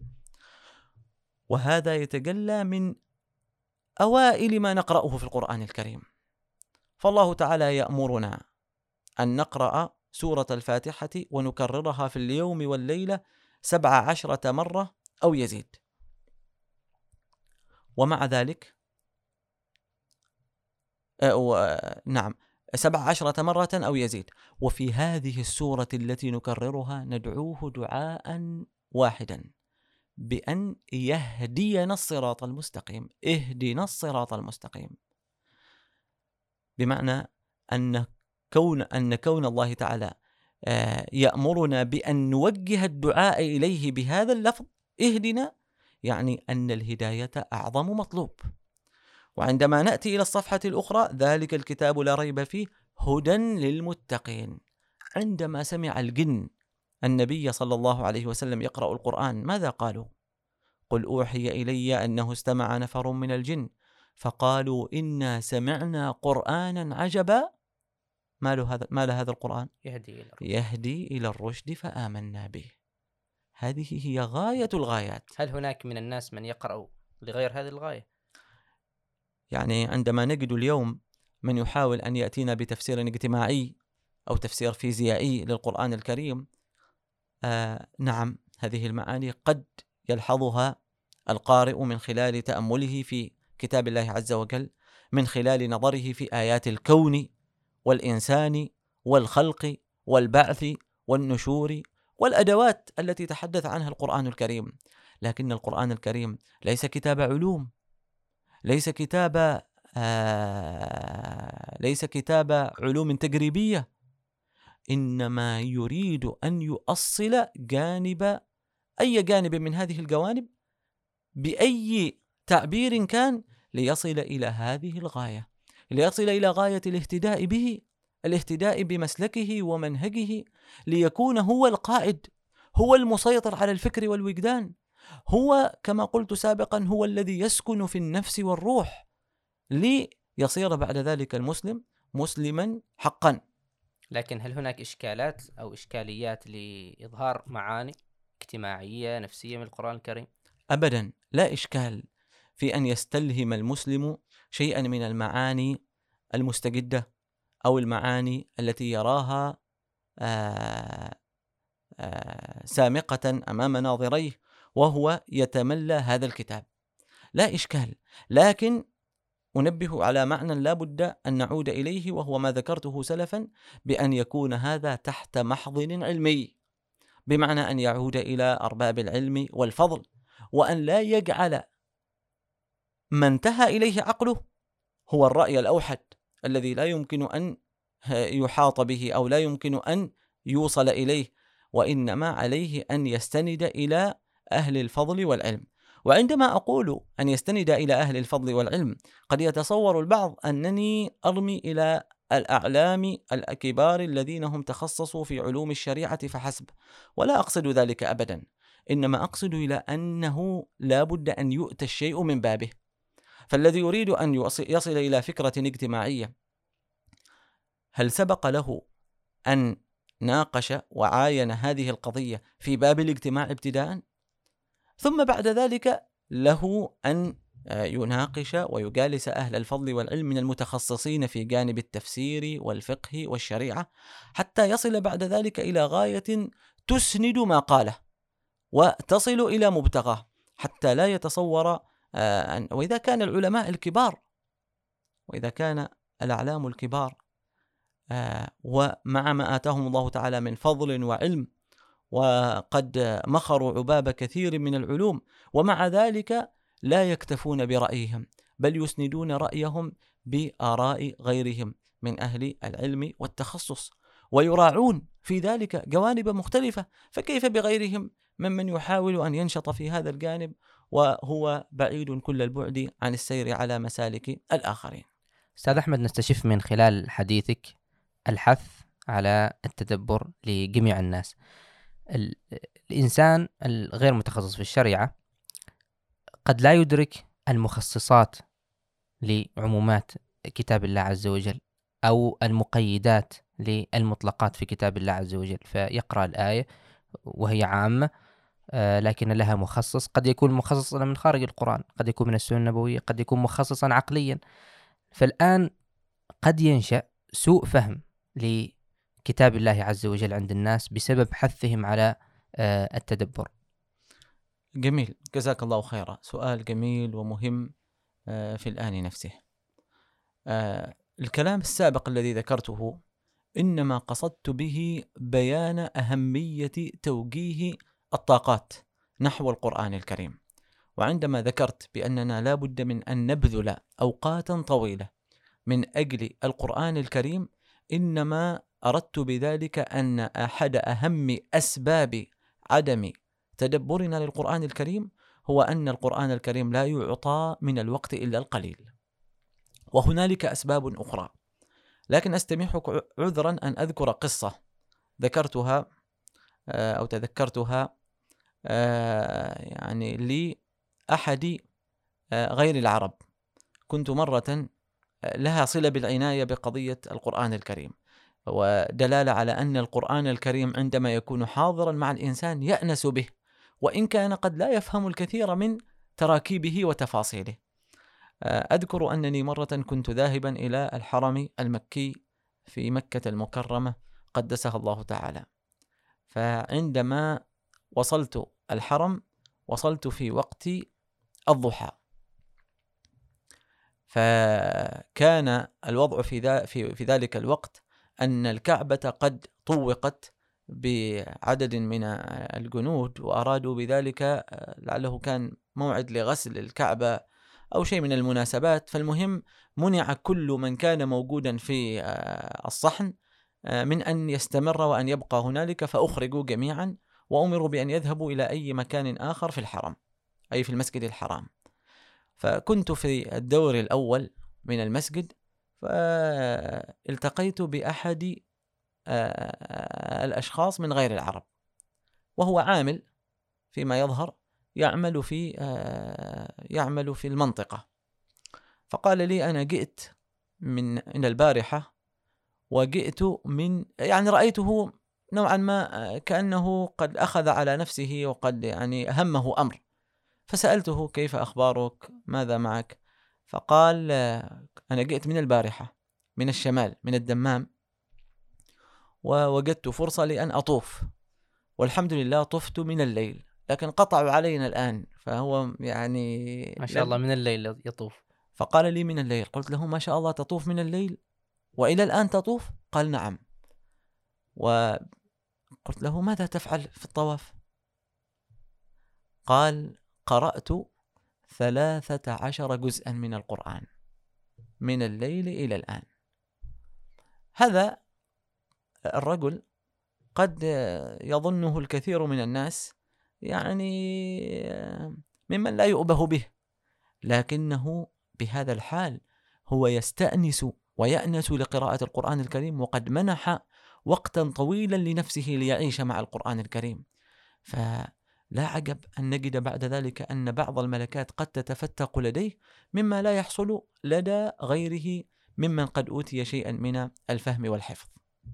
وهذا يتجلى من أوائل ما نقرأه في القرآن الكريم. فالله تعالى يأمرنا أن نقرأ سورة الفاتحة ونكررها في اليوم والليلة 17 مرة أو يزيد، ومع ذلك 17 مرة أو يزيد. وفي هذه السورة التي نكررها ندعوه دعاء واحدا بأن يهدينا الصراط المستقيم. اهدنا الصراط المستقيم، بمعنى أن كون الله تعالى يأمرنا بأن نوجه الدعاء إليه بهذا اللفظ اهدنا، يعني أن الهداية أعظم مطلوب. وعندما نأتي إلى الصفحة الأخرى: ذلك الكتاب لا ريب فيه هدى للمتقين. عندما سمع الجن النبي صلى الله عليه وسلم يقرأ القرآن ماذا قالوا؟ قل أوحي إلي أنه استمع نفر من الجن فقالوا إنا سمعنا قرآنا عجبا. ما له هذا القرآن؟ يهدي إلى الرشد فآمنا به. هذه هي غاية الغايات. هل هناك من الناس من يقرأ لغير هذه الغاية؟ يعني عندما نجد اليوم من يحاول أن يأتينا بتفسير اجتماعي أو تفسير فيزيائي للقرآن الكريم، نعم، هذه المعاني قد يلحظها القارئ من خلال تأمله في كتاب الله عز وجل، من خلال نظره في آيات الكون والإنسان والخلق والبعث والنشور والأدوات التي تحدث عنها القرآن الكريم. لكن القرآن الكريم ليس كتاب علوم، ليس كتاب علوم تجريبية، إنما يريد أن يؤصل أي جانب من هذه الجوانب بأي تعبير كان ليصل إلى هذه الغاية، ليصل إلى غاية الاهتداء به، الاهتداء بمسلكه ومنهجه، ليكون هو القائد، هو المسيطر على الفكر والوجدان، هو كما قلت سابقا هو الذي يسكن في النفس والروح، ليصير بعد ذلك المسلم مسلما حقا. لكن هل هناك إشكالات أو إشكاليات لإظهار معاني اجتماعية نفسية من القرآن الكريم؟ أبدا، لا إشكال في أن يستلهم المسلم شيئا من المعاني المستجدة أو المعاني التي يراها سامقة أمام ناظريه وهو يتملى هذا الكتاب، لا إشكال. لكن أنبه على معنى لا بد أن نعود إليه، وهو ما ذكرته سلفا، بأن يكون هذا تحت محضن علمي، بمعنى أن يعود إلى أرباب العلم والفضل، وأن لا يجعل ما انتهى إليه عقله هو الرأي الأوحد الذي لا يمكن أن يحاط به أو لا يمكن أن يوصل إليه، وإنما عليه أن يستند إلى أهل الفضل والعلم. وعندما أقول أن يستند إلى أهل الفضل والعلم، قد يتصور البعض أنني أرمي إلى الأعلام الكبار الذين هم تخصصوا في علوم الشريعة فحسب، ولا أقصد ذلك أبدا، إنما أقصد إلى أنه لا بد أن يؤتى الشيء من بابه. فالذي يريد أن يصل إلى فكرة اجتماعية، هل سبق له أن ناقش وعاين هذه القضية في باب الاجتماع ابتداء؟ ثم بعد ذلك له أن يناقش ويجالس أهل الفضل والعلم من المتخصصين في جانب التفسير والفقه والشريعة، حتى يصل بعد ذلك إلى غاية تسند ما قاله وتصل إلى مبتغاه، حتى لا يتصور وإذا كان العلماء الكبار وإذا كان الأعلام الكبار ومع ما آتاهم الله تعالى من فضل وعلم، وقد مخروا عباب كثير من العلوم، ومع ذلك لا يكتفون برأيهم، بل يسندون رأيهم بآراء غيرهم من أهل العلم والتخصص، ويراعون في ذلك جوانب مختلفة، فكيف بغيرهم ممن يحاول أن ينشط في هذا الجانب وهو بعيد كل البعد عن السير على مسالك الآخرين. أستاذ أحمد، نستشف من خلال حديثك الحث على التدبر لجميع الناس. الإنسان الغير متخصص في الشريعة قد لا يدرك المخصصات لعمومات كتاب الله عز وجل أو المقيدات للمطلقات في كتاب الله عز وجل، فيقرأ الآية وهي عامة لكن لها مخصص، قد يكون مخصصا من خارج القرآن، قد يكون من السنة النبوية، قد يكون مخصصا عقليا. فالآن قد ينشأ سوء فهم لكتاب الله عز وجل عند الناس بسبب حثهم على التدبر. جميل، جزاك الله خيرا، سؤال جميل ومهم في الآن نفسه. الكلام السابق الذي ذكرته إنما قصدت به بيان أهمية توجيه الطاقات نحو القرآن الكريم. وعندما ذكرت بأننا لا بد من أن نبذل أوقاتا طويلة من أجل القرآن الكريم، إنما أردت بذلك أن أحد أهم أسباب عدم تدبرنا للقرآن الكريم هو أن القرآن الكريم لا يعطى من الوقت إلا القليل، وهنالك أسباب أخرى. لكن أستميحك عذرا أن أذكر قصة ذكرتها أو تذكرتها يعني لأحد غير العرب. كنت مرة لها صلة بالعناية بقضية القرآن الكريم، ودلالة على أن القرآن الكريم عندما يكون حاضرا مع الإنسان يأنس به، وإن كان قد لا يفهم الكثير من تراكيبه وتفاصيله. أذكر أنني مرة كنت ذاهبا إلى الحرم المكي في مكة المكرمة قدسها الله تعالى، فعندما وصلت الحرم وصلت في وقت الضحى، فكان الوضع في ذلك الوقت أن الكعبة قد طوقت بعدد من الجنود، وأرادوا بذلك لعله كان موعد لغسل الكعبة أو شيء من المناسبات. فالمهم منع كل من كان موجودا في الصحن من أن يستمر وأن يبقى هنالك، فأخرجوا جميعا وأمروا بأن يذهبوا إلى أي مكان آخر في الحرم، أي في المسجد الحرام. فكنت في الدور الأول من المسجد، فالتقيت بأحد الأشخاص من غير العرب، وهو عامل فيما يظهر يعمل في المنطقة. فقال لي: أنا جئت من البارحة، وجئت من يعني رأيته نوعا ما كأنه قد أخذ على نفسه وقد يعني همه أمر. فسألته: كيف أخبارك؟ ماذا معك؟ فقال: أنا جئت من البارحة من الشمال من الدمام، ووجدت فرصة لأن أطوف، والحمد لله طفت من الليل، لكن قطعوا علينا الآن. فهو يعني ما شاء الله من الليل يطوف. فقال لي: من الليل. قلت له: ما شاء الله تطوف من الليل وإلى الآن تطوف؟ قال: نعم. وقلت له: ماذا تفعل في الطواف؟ قال: قرأت 13 جزءا من القرآن من الليل إلى الآن. هذا الرجل قد يظنه الكثير من الناس يعني ممن لا يؤبه به، لكنه بهذا الحال هو يستأنس ويأنس لقراءة القرآن الكريم، وقد منح وقتا طويلا لنفسه ليعيش مع القرآن الكريم. فلا عجب أن نجد بعد ذلك أن بعض الملكات قد تتفتق لديه مما لا يحصل لدى غيره ممن قد أوتي شيئا من الفهم والحفظ.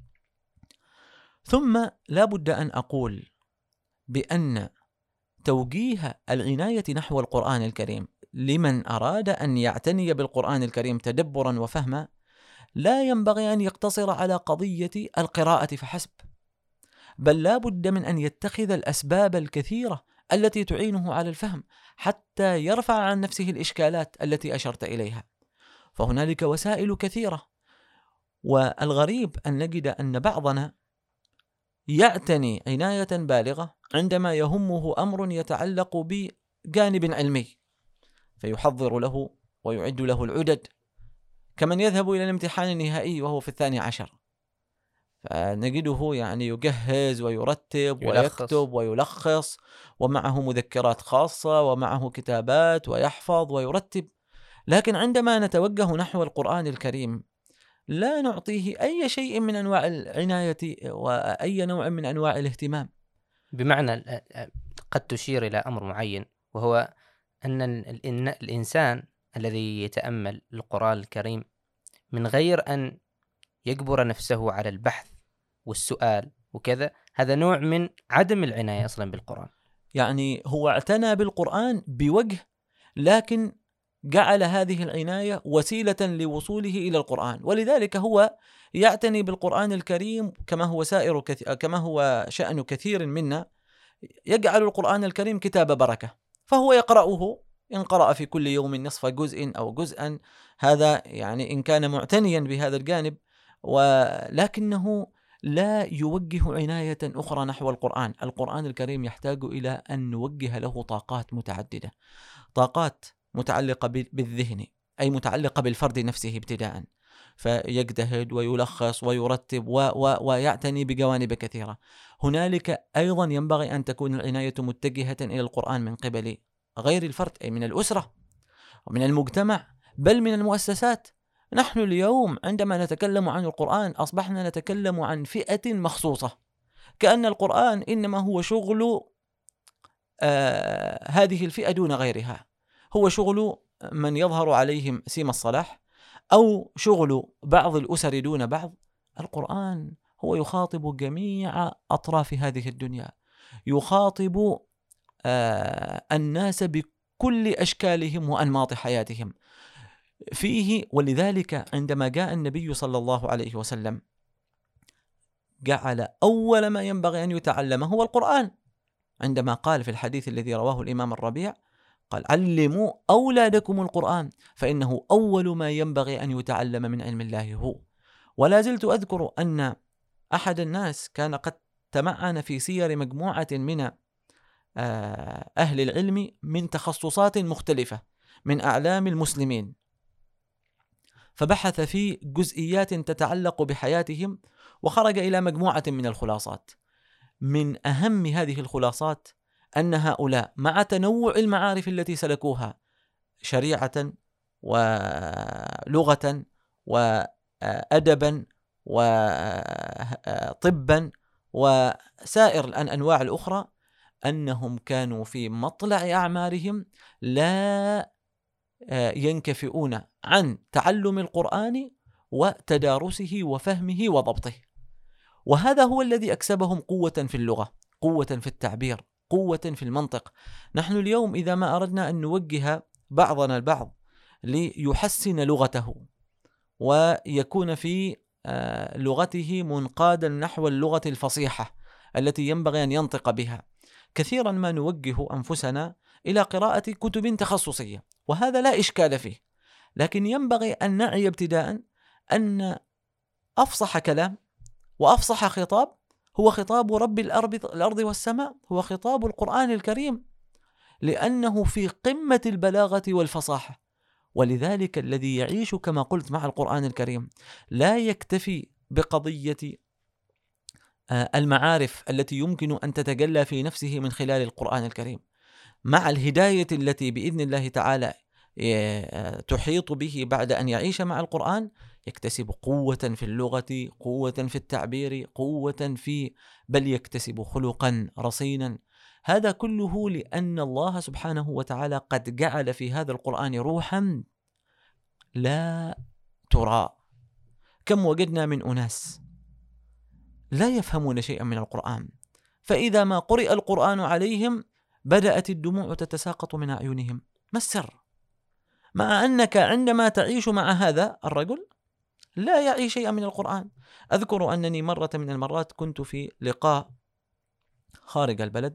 ثم لا بد أن أقول بأن توجيه العناية نحو القرآن الكريم لمن أراد أن يعتني بالقرآن الكريم تدبرا وفهما لا ينبغي أن يقتصر على قضية القراءة فحسب، بل لا بد من أن يتخذ الأسباب الكثيرة التي تعينه على الفهم حتى يرفع عن نفسه الإشكالات التي أشرت إليها. فهنالك وسائل كثيرة، والغريب أن نجد أن بعضنا يعتني عناية بالغة عندما يهمه أمر يتعلق بجانب علمي، فيحضر له ويعد له العدد كمن يذهب إلى الامتحان النهائي وهو في 12، فنجده يعني يجهز ويرتب ويكتب ويلخص، ومعه مذكرات خاصة ومعه كتابات ويحفظ ويرتب. لكن عندما نتوجه نحو القرآن الكريم لا نعطيه أي شيء من أنواع العناية وأي نوع من أنواع الاهتمام. بمعنى قد تشير إلى أمر معين، وهو أن الإنسان الذي يتأمل القرآن الكريم من غير أن يجبر نفسه على البحث والسؤال وكذا، هذا نوع من عدم العناية أصلا بالقرآن. يعني هو اعتنى بالقرآن بوجه، لكن جعل هذه العناية وسيلة لوصوله إلى القرآن، ولذلك هو يعتني بالقرآن الكريم كما هو شأن كثير منا، يجعل القرآن الكريم كتاب بركة، فهو يقرأه إن قرأ في كل يوم نصف جزء أو جزءا، هذا يعني إن كان معتنيا بهذا الجانب، ولكنه لا يوجه عناية أخرى نحو القرآن. القرآن الكريم يحتاج إلى أن نوجه له طاقات متعددة، طاقات متعلقة بالذهن، أي متعلقة بالفرد نفسه ابتداء، فيجتهد ويلخص ويرتب ويعتني بجوانب كثيرة. هنالك أيضا ينبغي أن تكون العناية متجهة إلى القرآن من قبل غير الفرد، أي من الأسرة ومن المجتمع بل من المؤسسات. نحن اليوم عندما نتكلم عن القرآن أصبحنا نتكلم عن فئة مخصوصة، كأن القرآن إنما هو شغل هذه الفئة دون غيرها، هو شغل من يظهر عليهم سيم الصلاح، أو شغل بعض الأسر دون بعض. القرآن هو يخاطب جميع أطراف هذه الدنيا، يخاطب الناس بكل أشكالهم وأنماط حياتهم فيه. ولذلك عندما جاء النبي صلى الله عليه وسلم جعل أول ما ينبغي أن يتعلم هو القرآن، عندما قال في الحديث الذي رواه الإمام الربيع قال: علموا أولادكم القرآن فإنه أول ما ينبغي أن يتعلم من علم الله هو. ولا زلت أذكر أن أحد الناس كان قد تمعن في سير مجموعة من أهل العلم من تخصصات مختلفة من أعلام المسلمين، فبحث في جزئيات تتعلق بحياتهم وخرج إلى مجموعة من الخلاصات. من أهم هذه الخلاصات أن هؤلاء مع تنوع المعارف التي سلكوها شريعة ولغة وأدبا وطبا وسائر الأنواع الأخرى، أنهم كانوا في مطلع أعمارهم لا ينكفئون عن تعلم القرآن وتدارسه وفهمه وضبطه. وهذا هو الذي أكسبهم قوة في اللغة، قوة في التعبير، قوة في المنطق. نحن اليوم إذا ما أردنا أن نوجه بعضنا البعض ليحسن لغته ويكون في لغته منقادا نحو اللغة الفصيحة التي ينبغي أن ينطق بها، كثيرا ما نوجه أنفسنا إلى قراءة كتب تخصصية، وهذا لا إشكال فيه، لكن ينبغي أن نعي ابتداء أن أفصح كلام وأفصح خطاب هو خطاب رب الأرض والسماء، هو خطاب القرآن الكريم، لأنه في قمة البلاغة والفصاحة. ولذلك الذي يعيش كما قلت مع القرآن الكريم لا يكتفي بقضية المعارف التي يمكن أن تتجلى في نفسه من خلال القرآن الكريم، مع الهداية التي بإذن الله تعالى تحيط به بعد أن يعيش مع القرآن، يكتسب قوة في اللغة، قوة في التعبير، قوة بل يكتسب خلقا رصينا. هذا كله لأن الله سبحانه وتعالى قد جعل في هذا القرآن روحا لا ترى. كم وجدنا من أناس لا يفهمون شيئا من القرآن، فإذا ما قرئ القرآن عليهم بدأت الدموع تتساقط من أعينهم. ما السر؟ مع أنك عندما تعيش مع هذا الرجل لا يعي شيئا من القرآن. أذكر أنني مرة من المرات كنت في لقاء خارج البلد،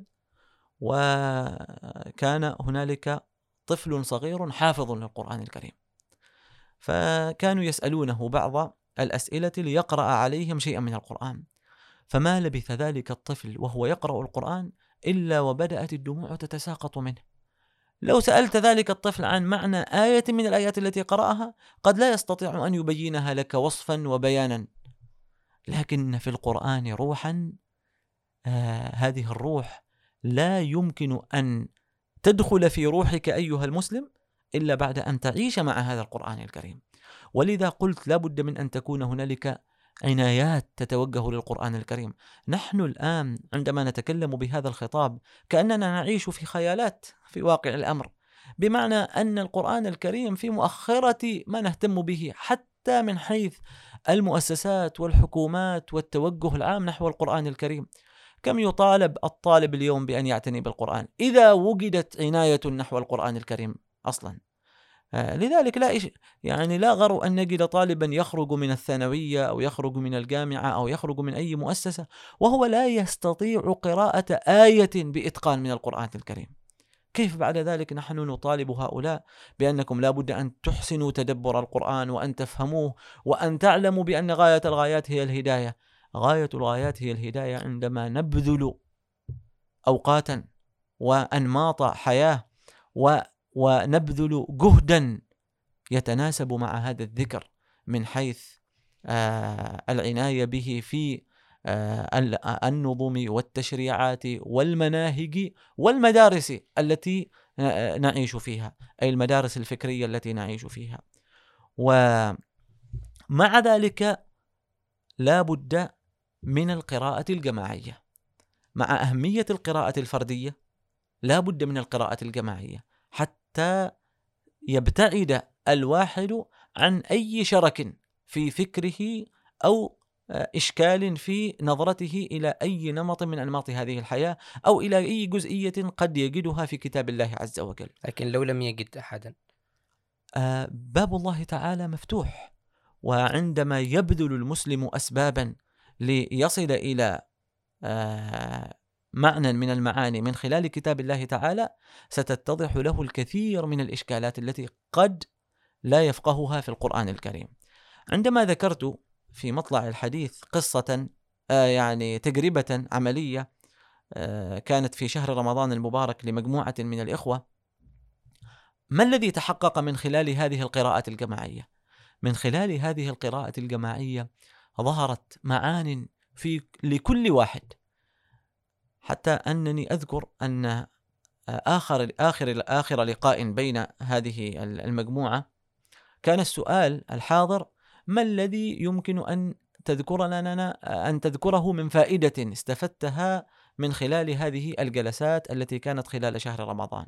وكان هنالك طفل صغير حافظ للقرآن الكريم، فكانوا يسألونه بعض الأسئلة ليقرأ عليهم شيئا من القرآن، فما لبث ذلك الطفل وهو يقرأ القرآن إلا وبدأت الدموع تتساقط منه. لو سألت ذلك الطفل عن معنى آية من الآيات التي قرأها قد لا يستطيع أن يبينها لك وصفا وبيانا، لكن في القرآن روحا، هذه الروح لا يمكن أن تدخل في روحك أيها المسلم إلا بعد أن تعيش مع هذا القرآن الكريم. ولذا قلت لا بد من أن تكون هنالك عنايات تتوجه للقرآن الكريم. نحن الآن عندما نتكلم بهذا الخطاب كأننا نعيش في خيالات في واقع الأمر، بمعنى أن القرآن الكريم في مؤخرة ما نهتم به، حتى من حيث المؤسسات والحكومات والتوجه العام نحو القرآن الكريم. كم يطالب الطالب اليوم بأن يعتني بالقرآن إذا وجدت عناية نحو القرآن الكريم أصلا؟ لذلك لا غرو أن نجد طالبا يخرج من الثانوية أو يخرج من الجامعة أو يخرج من أي مؤسسة وهو لا يستطيع قراءة آية بإتقان من القرآن الكريم. كيف بعد ذلك نحن نطالب هؤلاء بأنكم لا بد أن تحسنوا تدبر القرآن وأن تفهموه وأن تعلموا بأن غاية الغايات هي الهداية؟ غاية الغايات هي الهداية عندما نبذل أوقاتا وأنماط حياة ونبذل جهدا يتناسب مع هذا الذكر من حيث العناية به في النظم والتشريعات والمناهج والمدارس التي نعيش فيها، أي المدارس الفكرية التي نعيش فيها. ومع ذلك لا بد من القراءة الجماعية، مع أهمية القراءة الفردية لا بد من القراءة الجماعية حتى يبتعد الواحد عن أي شرك في فكره أو إشكال في نظرته إلى أي نمط من أنماط هذه الحياة أو إلى أي جزئية قد يجدها في كتاب الله عز وجل. لكن لو لم يجد أحدا، باب الله تعالى مفتوح، وعندما يبذل المسلم أسبابا ليصل إلى معنى من المعاني من خلال كتاب الله تعالى ستتضح له الكثير من الإشكالات التي قد لا يفقهها في القرآن الكريم. عندما ذكرت في مطلع الحديث قصة يعني تجربة عملية كانت في شهر رمضان المبارك لمجموعة من الإخوة، ما الذي تحقق من خلال هذه القراءات الجماعية؟ من خلال هذه القراءة الجماعية ظهرت معان لكل واحد، حتى أنني أذكر أن آخر لقاء بين هذه المجموعة كان السؤال الحاضر: ما الذي يمكن أن تذكره من فائدة استفدتها من خلال هذه الجلسات التي كانت خلال شهر رمضان؟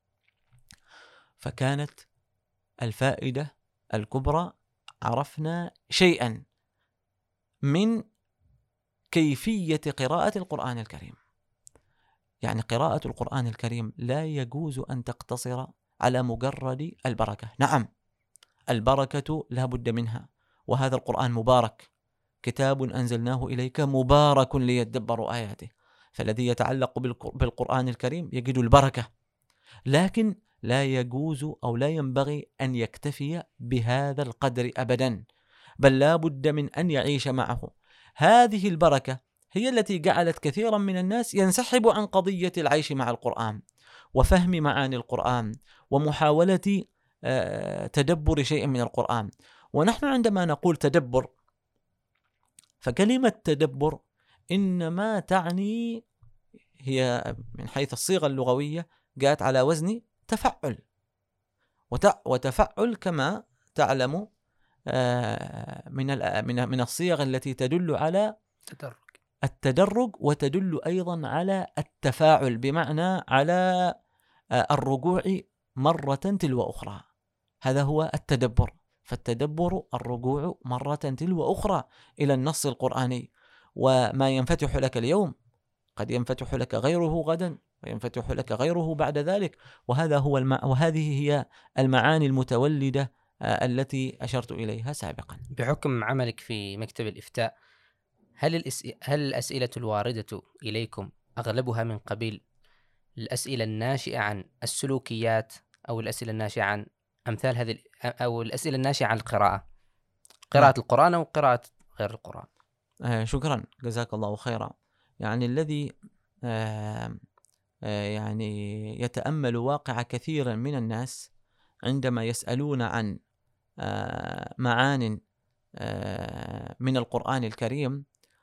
فكانت الفائدة الكبرى: عرفنا شيئا من كيفية قراءة القرآن الكريم. يعني قراءة القرآن الكريم لا يجوز أن تقتصر على مجرد البركة. نعم، البركة لا بد منها، وهذا القرآن مبارك، كتاب أنزلناه إليك مبارك ليدبروا آياته، فالذي يتعلق بالقرآن الكريم يجد البركة، لكن لا يجوز أو لا ينبغي أن يكتفي بهذا القدر أبدا، بل لا بد من أن يعيش معه. هذه البركة هي التي جعلت كثيرا من الناس ينسحب عن قضية العيش مع القرآن وفهم معاني القرآن ومحاولة تدبر شيء من القرآن. ونحن عندما نقول تدبر، فكلمة تدبر إنما تعني، هي من حيث الصيغة اللغوية جاءت على وزن تفعل، وتفعل كما تعلم من الصيغ التي تدل على التدرج وتدل أيضا على التفاعل، بمعنى على الرجوع مرة تلو أخرى. هذا هو التدبر. فالتدبر الرجوع مرة تلو أخرى إلى النص القرآني، وما ينفتح لك اليوم قد ينفتح لك غيره غدا، وينفتح لك غيره بعد ذلك. وهذه هي المعاني المتولدة التي أشرت إليها سابقا. بحكم عملك في مكتب الإفتاء، هل الأسئلة الواردة إليكم أغلبها من قبيل الأسئلة الناشئة عن السلوكيات، أو الأسئلة الناشئة عن أمثال هذه، أو الأسئلة الناشئة عن قراءة القرآن أو قراءة غير القرآن؟ شكرا، جزاك الله خيرا. يعني الذي يعني يتأمل واقع كثيرا من الناس عندما يسألون عن معان من القرآن الكريم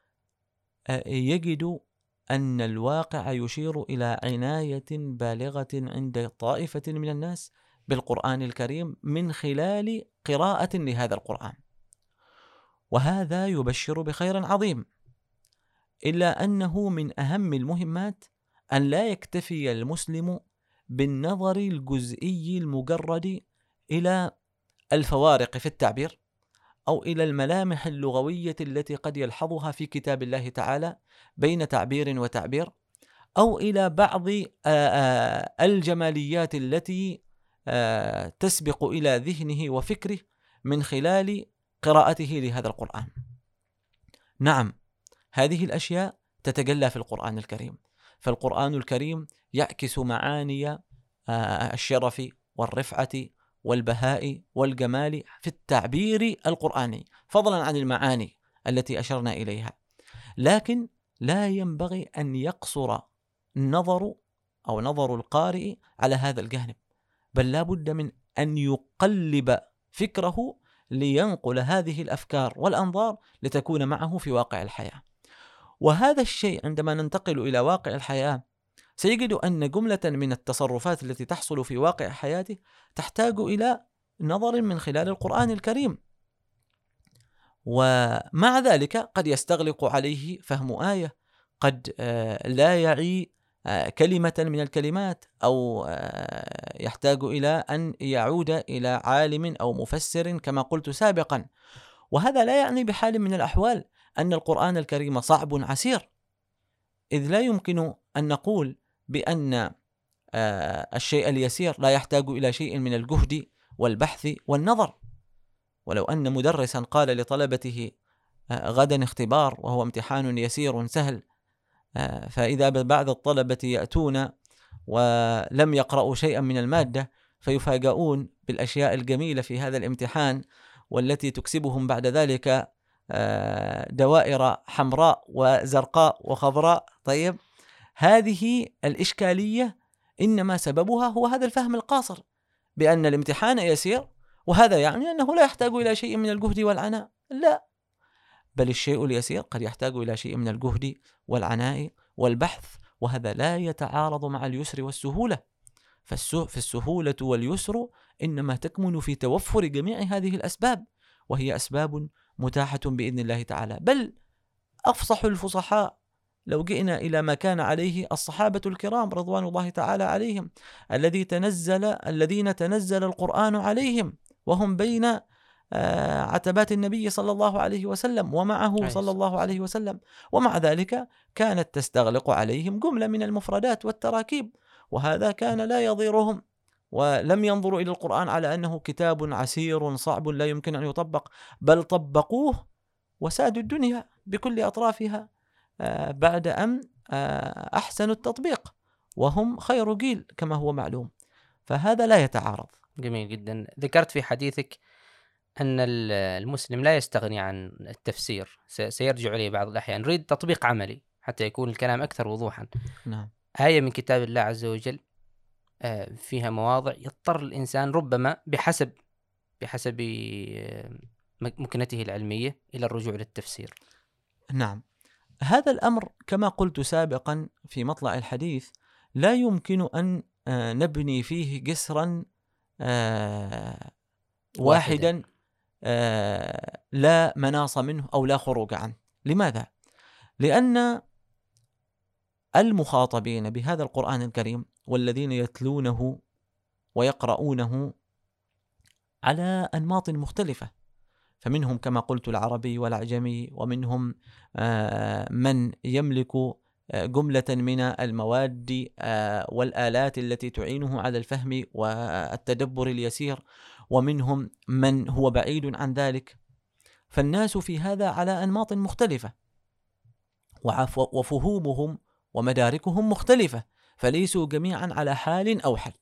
يجد أن الواقع يشير إلى عناية بالغة عند طائفة من الناس بالقرآن الكريم من خلال قراءة لهذا القرآن، وهذا يبشر بخير عظيم، إلا أنه من أهم المهمات أن لا يكتفي المسلم بالنظر الجزئي المجرد إلى الفوارق في التعبير أو إلى الملامح اللغوية التي قد يلحظها في كتاب الله تعالى بين تعبير وتعبير، أو إلى بعض الجماليات التي تسبق إلى ذهنه وفكره من خلال قراءته لهذا القرآن. نعم، هذه الأشياء تتجلى في القرآن الكريم، فالقرآن الكريم يعكس معاني الشرف والرفعة والبهاء والجمال في التعبير القرآني، فضلا عن المعاني التي أشرنا إليها. لكن لا ينبغي أن يقصر النظر أو نظر القارئ على هذا الجانب، بل لا بد من أن يقلب فكره لينقل هذه الأفكار والأنظار لتكون معه في واقع الحياة. وهذا الشيء عندما ننتقل إلى واقع الحياة سيجد أن جملة من التصرفات التي تحصل في واقع حياته تحتاج إلى نظر من خلال القرآن الكريم، ومع ذلك قد يستغلق عليه فهم آية، قد لا يعي كلمة من الكلمات، أو يحتاج إلى أن يعود إلى عالم أو مفسر كما قلت سابقا. وهذا لا يعني بحال من الأحوال أن القرآن الكريم صعب عسير، إذ لا يمكن أن نقول بأن الشيء اليسير لا يحتاج إلى شيء من الجهد والبحث والنظر. ولو أن مدرسا قال لطلبته غدا اختبار وهو امتحان يسير سهل، فإذا بعض الطلبة يأتون ولم يقرأوا شيئا من المادة فيفاجؤون بالأشياء الجميلة في هذا الامتحان، والتي تكسبهم بعد ذلك دوائر حمراء وزرقاء وخضراء. طيب، هذه الإشكالية إنما سببها هو هذا الفهم القاصر بأن الامتحان يسير، وهذا يعني أنه لا يحتاج إلى شيء من الجهد والعناء. لا، بل الشيء اليسير قد يحتاج إلى شيء من الجهد والعناء والبحث، وهذا لا يتعارض مع اليسر والسهولة. فالسهولة واليسر إنما تكمن في توفر جميع هذه الأسباب، وهي أسباب متاحة بإذن الله تعالى. بل أفصح الفصحاء لو جئنا إلى ما كان عليه الصحابة الكرام رضوان الله تعالى عليهم، الذين تنزل القرآن عليهم وهم بين عتبات النبي صلى الله عليه وسلم ومعه صلى الله عليه وسلم، ومع ذلك كانت تستغلق عليهم جملة من المفردات والتراكيب، وهذا كان لا يضيرهم، ولم ينظروا إلى القرآن على أنه كتاب عسير صعب لا يمكن أن يطبق، بل طبقوه وسادوا الدنيا بكل أطرافها بعد أن أحسنوا التطبيق، وهم خير جيل كما هو معلوم. فهذا لا يتعارض. جميل جدا. ذكرت في حديثك أن المسلم لا يستغني عن التفسير، سيرجع إليه بعض الأحيان. نريد تطبيق عملي حتى يكون الكلام أكثر وضوحا. نعم. آية من كتاب الله عز وجل فيها مواضع يضطر الإنسان ربما بحسب مكنته العلمية إلى الرجوع للتفسير. نعم، هذا الأمر كما قلت سابقا في مطلع الحديث لا يمكن أن نبني فيه جسرا واحدا لا مناص منه أو لا خروج عنه. لماذا؟ لأن المخاطبين بهذا القرآن الكريم والذين يتلونه ويقرؤونه على أنماط مختلفة، فمنهم كما قلت العربي والأعجمي، ومنهم من يملك جملة من المواد والآلات التي تعينه على الفهم والتدبر اليسير، ومنهم من هو بعيد عن ذلك. فالناس في هذا على أنماط مختلفة، وفهومهم ومداركهم مختلفة، فليسوا جميعا على حال أو حد.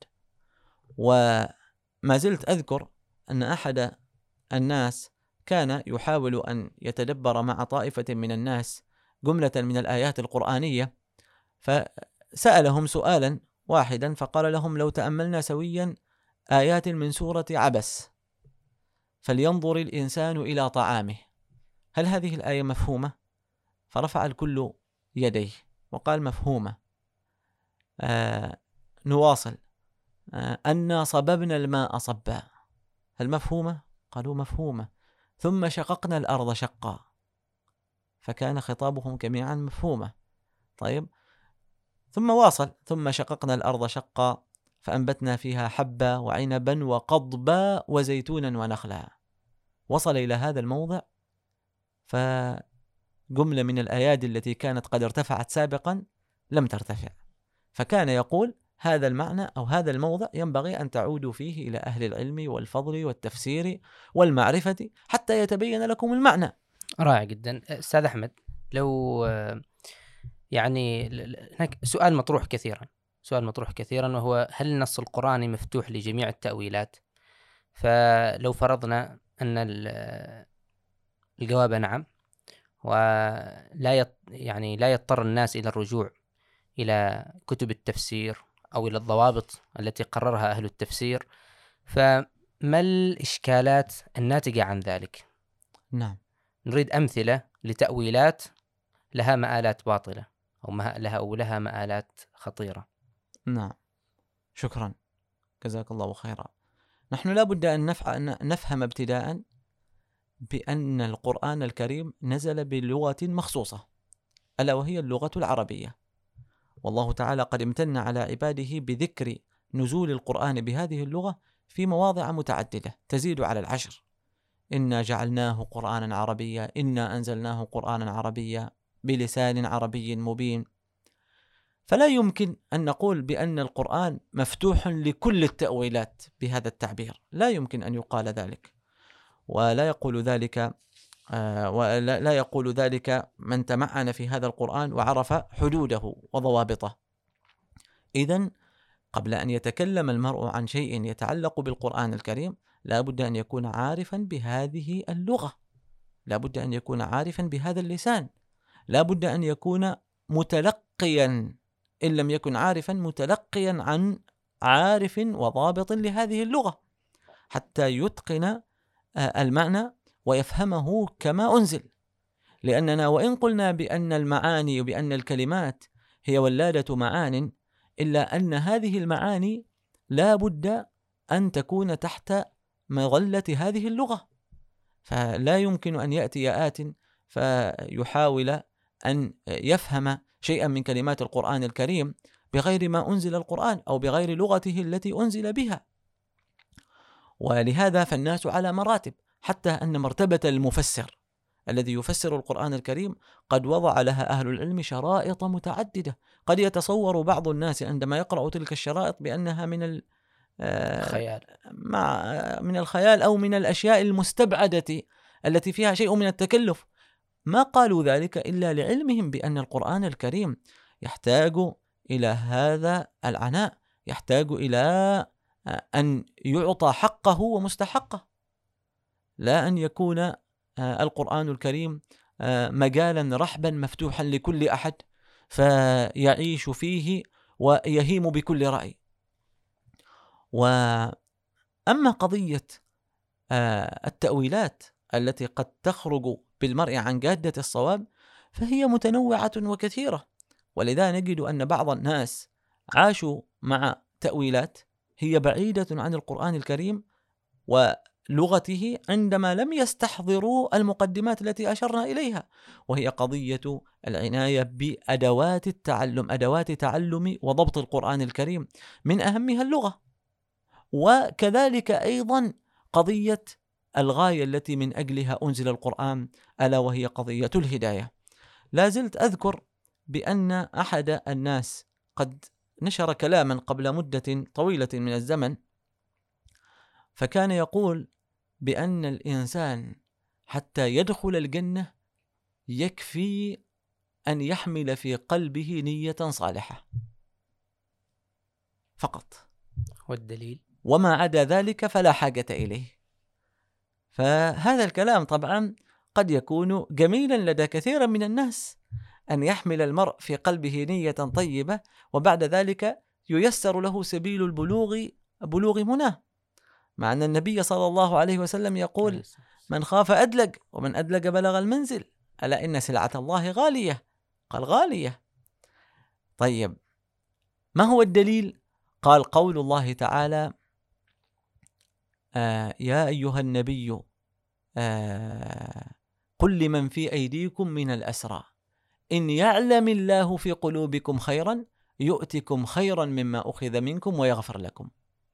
وما زلت أذكر أن أحد الناس كان يحاول أن يتدبر مع طائفة من الناس جملة من الآيات القرآنية، فسألهم سؤالا واحدا فقال لهم: لو تأملنا سويا آيات من سورة عبس فلينظر الإنسان إلى طعامه، هل هذه الآية مفهومة؟ فرفع الكل يديه وقال مفهومة. نواصل. أنا صببنا الماء صبا، هل مفهومة؟ قالوا مفهومة. ثم شققنا الأرض شقا، فكان خطابهم جميعا مفهومة. طيب، ثم واصل: ثم شققنا الأرض شقا فأنبتنا فيها حبا وعنبا وقضبا وزيتونا ونخلا. وصل إلى هذا الموضع، فجملة من الآيات التي كانت قد ارتفعت سابقا لم ترتفع، فكان يقول هذا المعنى أو هذا الموضع ينبغي أن تعودوا فيه إلى أهل العلم والفضل والتفسير والمعرفة حتى يتبين لكم المعنى. رائع جدا. أستاذ أحمد، لو يعني هناك سؤال مطروح كثيرا وهو: هل النص القرآني مفتوح لجميع التأويلات؟ فلو فرضنا أن الجواب نعم، يعني لا يضطر الناس إلى الرجوع إلى كتب التفسير أو إلى الضوابط التي قررها أهل التفسير. فما الإشكالات الناتجة عن ذلك؟ نعم. نريد أمثلة لتأويلات لها مآلات باطلة أو لها مآلات خطيرة. نعم، شكرا، جزاك الله خيرا. نحن لا بد أن نفهم ابتداء بأن القرآن الكريم نزل بلغة مخصوصة، ألا وهي اللغة العربية. والله تعالى قد امتن على عباده بذكر نزول القرآن بهذه اللغة في مواضع متعددة تزيد على 10. إنا جعلناه قرآنا عربيا، إنا أنزلناه قرآنا عربيا بلسان عربي مبين. فلا يمكن أن نقول بأن القرآن مفتوح لكل التأويلات بهذا التعبير، لا يمكن أن يقال ذلك، ولا يقول ذلك من تمعن في هذا القرآن وعرف حدوده وضوابطه. إذن قبل أن يتكلم المرء عن شيء يتعلق بالقرآن الكريم لا بد أن يكون عارفا بهذه اللغة، لا بد أن يكون عارفا بهذا اللسان، لا بد أن يكون متلقيا، إن لم يكن عارفا متلقيا عن عارف وضابط لهذه اللغة حتى يتقن المعنى ويفهمه كما أنزل. لأننا وإن قلنا بأن المعاني وبأن الكلمات هي ولادة معان، إلا أن هذه المعاني لا بد أن تكون تحت مظلة هذه اللغة. فلا يمكن أن يأتي آت فيحاول أن يفهم شيئا من كلمات القرآن الكريم بغير ما أنزل القرآن أو بغير لغته التي أنزل بها. ولهذا فالناس على مراتب، حتى أن مرتبة المفسر الذي يفسر القرآن الكريم قد وضع لها أهل العلم شرائط متعددة. قد يتصور بعض الناس عندما يقرأ تلك الشرائط بأنها من الخيال أو من الأشياء المستبعدة التي فيها شيء من التكلف. ما قالوا ذلك إلا لعلمهم بأن القرآن الكريم يحتاج إلى هذا العناء، يحتاج إلى أن يعطى حقه ومستحقه، لا أن يكون القرآن الكريم مجالا رحبا مفتوحا لكل أحد فيعيش فيه ويهيم بكل رأي. وأما قضية التأويلات التي قد تخرج بالمرء عن جادة الصواب فهي متنوعة وكثيرة، ولذا نجد أن بعض الناس عاشوا مع تأويلات هي بعيدة عن القرآن الكريم ولغته عندما لم يستحضروا المقدمات التي أشرنا إليها، وهي قضية العناية بأدوات التعلم، أدوات تعلم وضبط القرآن الكريم، من أهمها اللغة، وكذلك أيضا قضية الغاية التي من أجلها أنزل القرآن، ألا وهي قضية الهداية. لا زلت أذكر بأن أحد الناس قد نشر كلاما قبل مدة طويلة من الزمن، فكان يقول بأن الإنسان حتى يدخل الجنة يكفي أن يحمل في قلبه نية صالحة فقط، والدليل وما عدا ذلك فلا حاجة إليه. فهذا الكلام طبعا قد يكون جميلا لدى كثير من الناس، أن يحمل المرء في قلبه نية طيبة وبعد ذلك ييسر له سبيل بلوغ مناه، مع أن النبي صلى الله عليه وسلم يقول: من خاف أدلج ومن أدلج بلغ المنزل، ألا إن سلعة الله غالية. قال غالية. طيب ما هو الدليل؟ قال قول الله تعالى: يا أيها النبي قل لمن في أيديكم من الأسرى إن يعلم الله في قلوبكم خيرا يؤتكم خيرا مما أخذ منكم ويغفر لكم.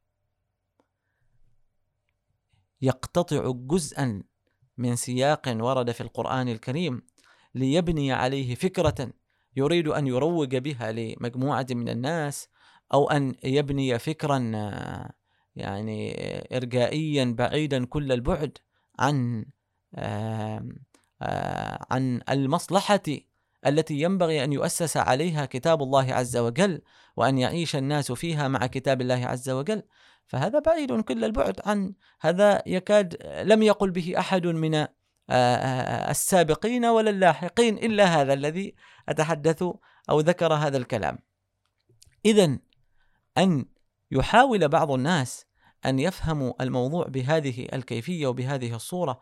يقتطع جزءا من سياق ورد في القرآن الكريم ليبني عليه فكرة يريد أن يروج بها لمجموعة من الناس، أو أن يبني فكرا يعني إرجائيا بعيدا كل البعد عن المصلحة التي ينبغي أن يؤسس عليها كتاب الله عز وجل وأن يعيش الناس فيها مع كتاب الله عز وجل. فهذا بعيد كل البعد عن هذا، يكاد لم يقل به أحد من السابقين ولا اللاحقين إلا هذا الذي أتحدث أو ذكر هذا الكلام. إذن أن يحاول بعض الناس أن يفهموا الموضوع بهذه الكيفية وبهذه الصورة،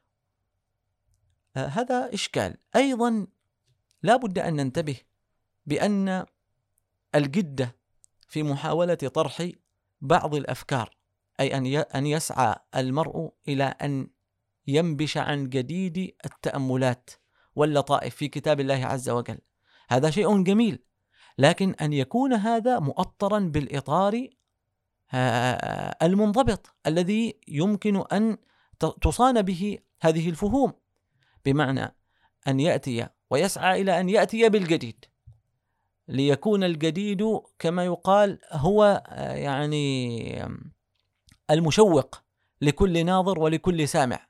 هذا إشكال. أيضا لا بد أن ننتبه بأن الجدة في محاولة طرح بعض الأفكار، أي أن يسعى المرء إلى أن ينبش عن جديد التأملات واللطائف في كتاب الله عز وجل، هذا شيء جميل، لكن أن يكون هذا مؤطرا بالإطار المنضبط الذي يمكن أن تصان به هذه الفهوم، بمعنى أن يأتي ويسعى إلى أن يأتي بالجديد، ليكون الجديد كما يقال هو يعني المشوق لكل ناظر ولكل سامع،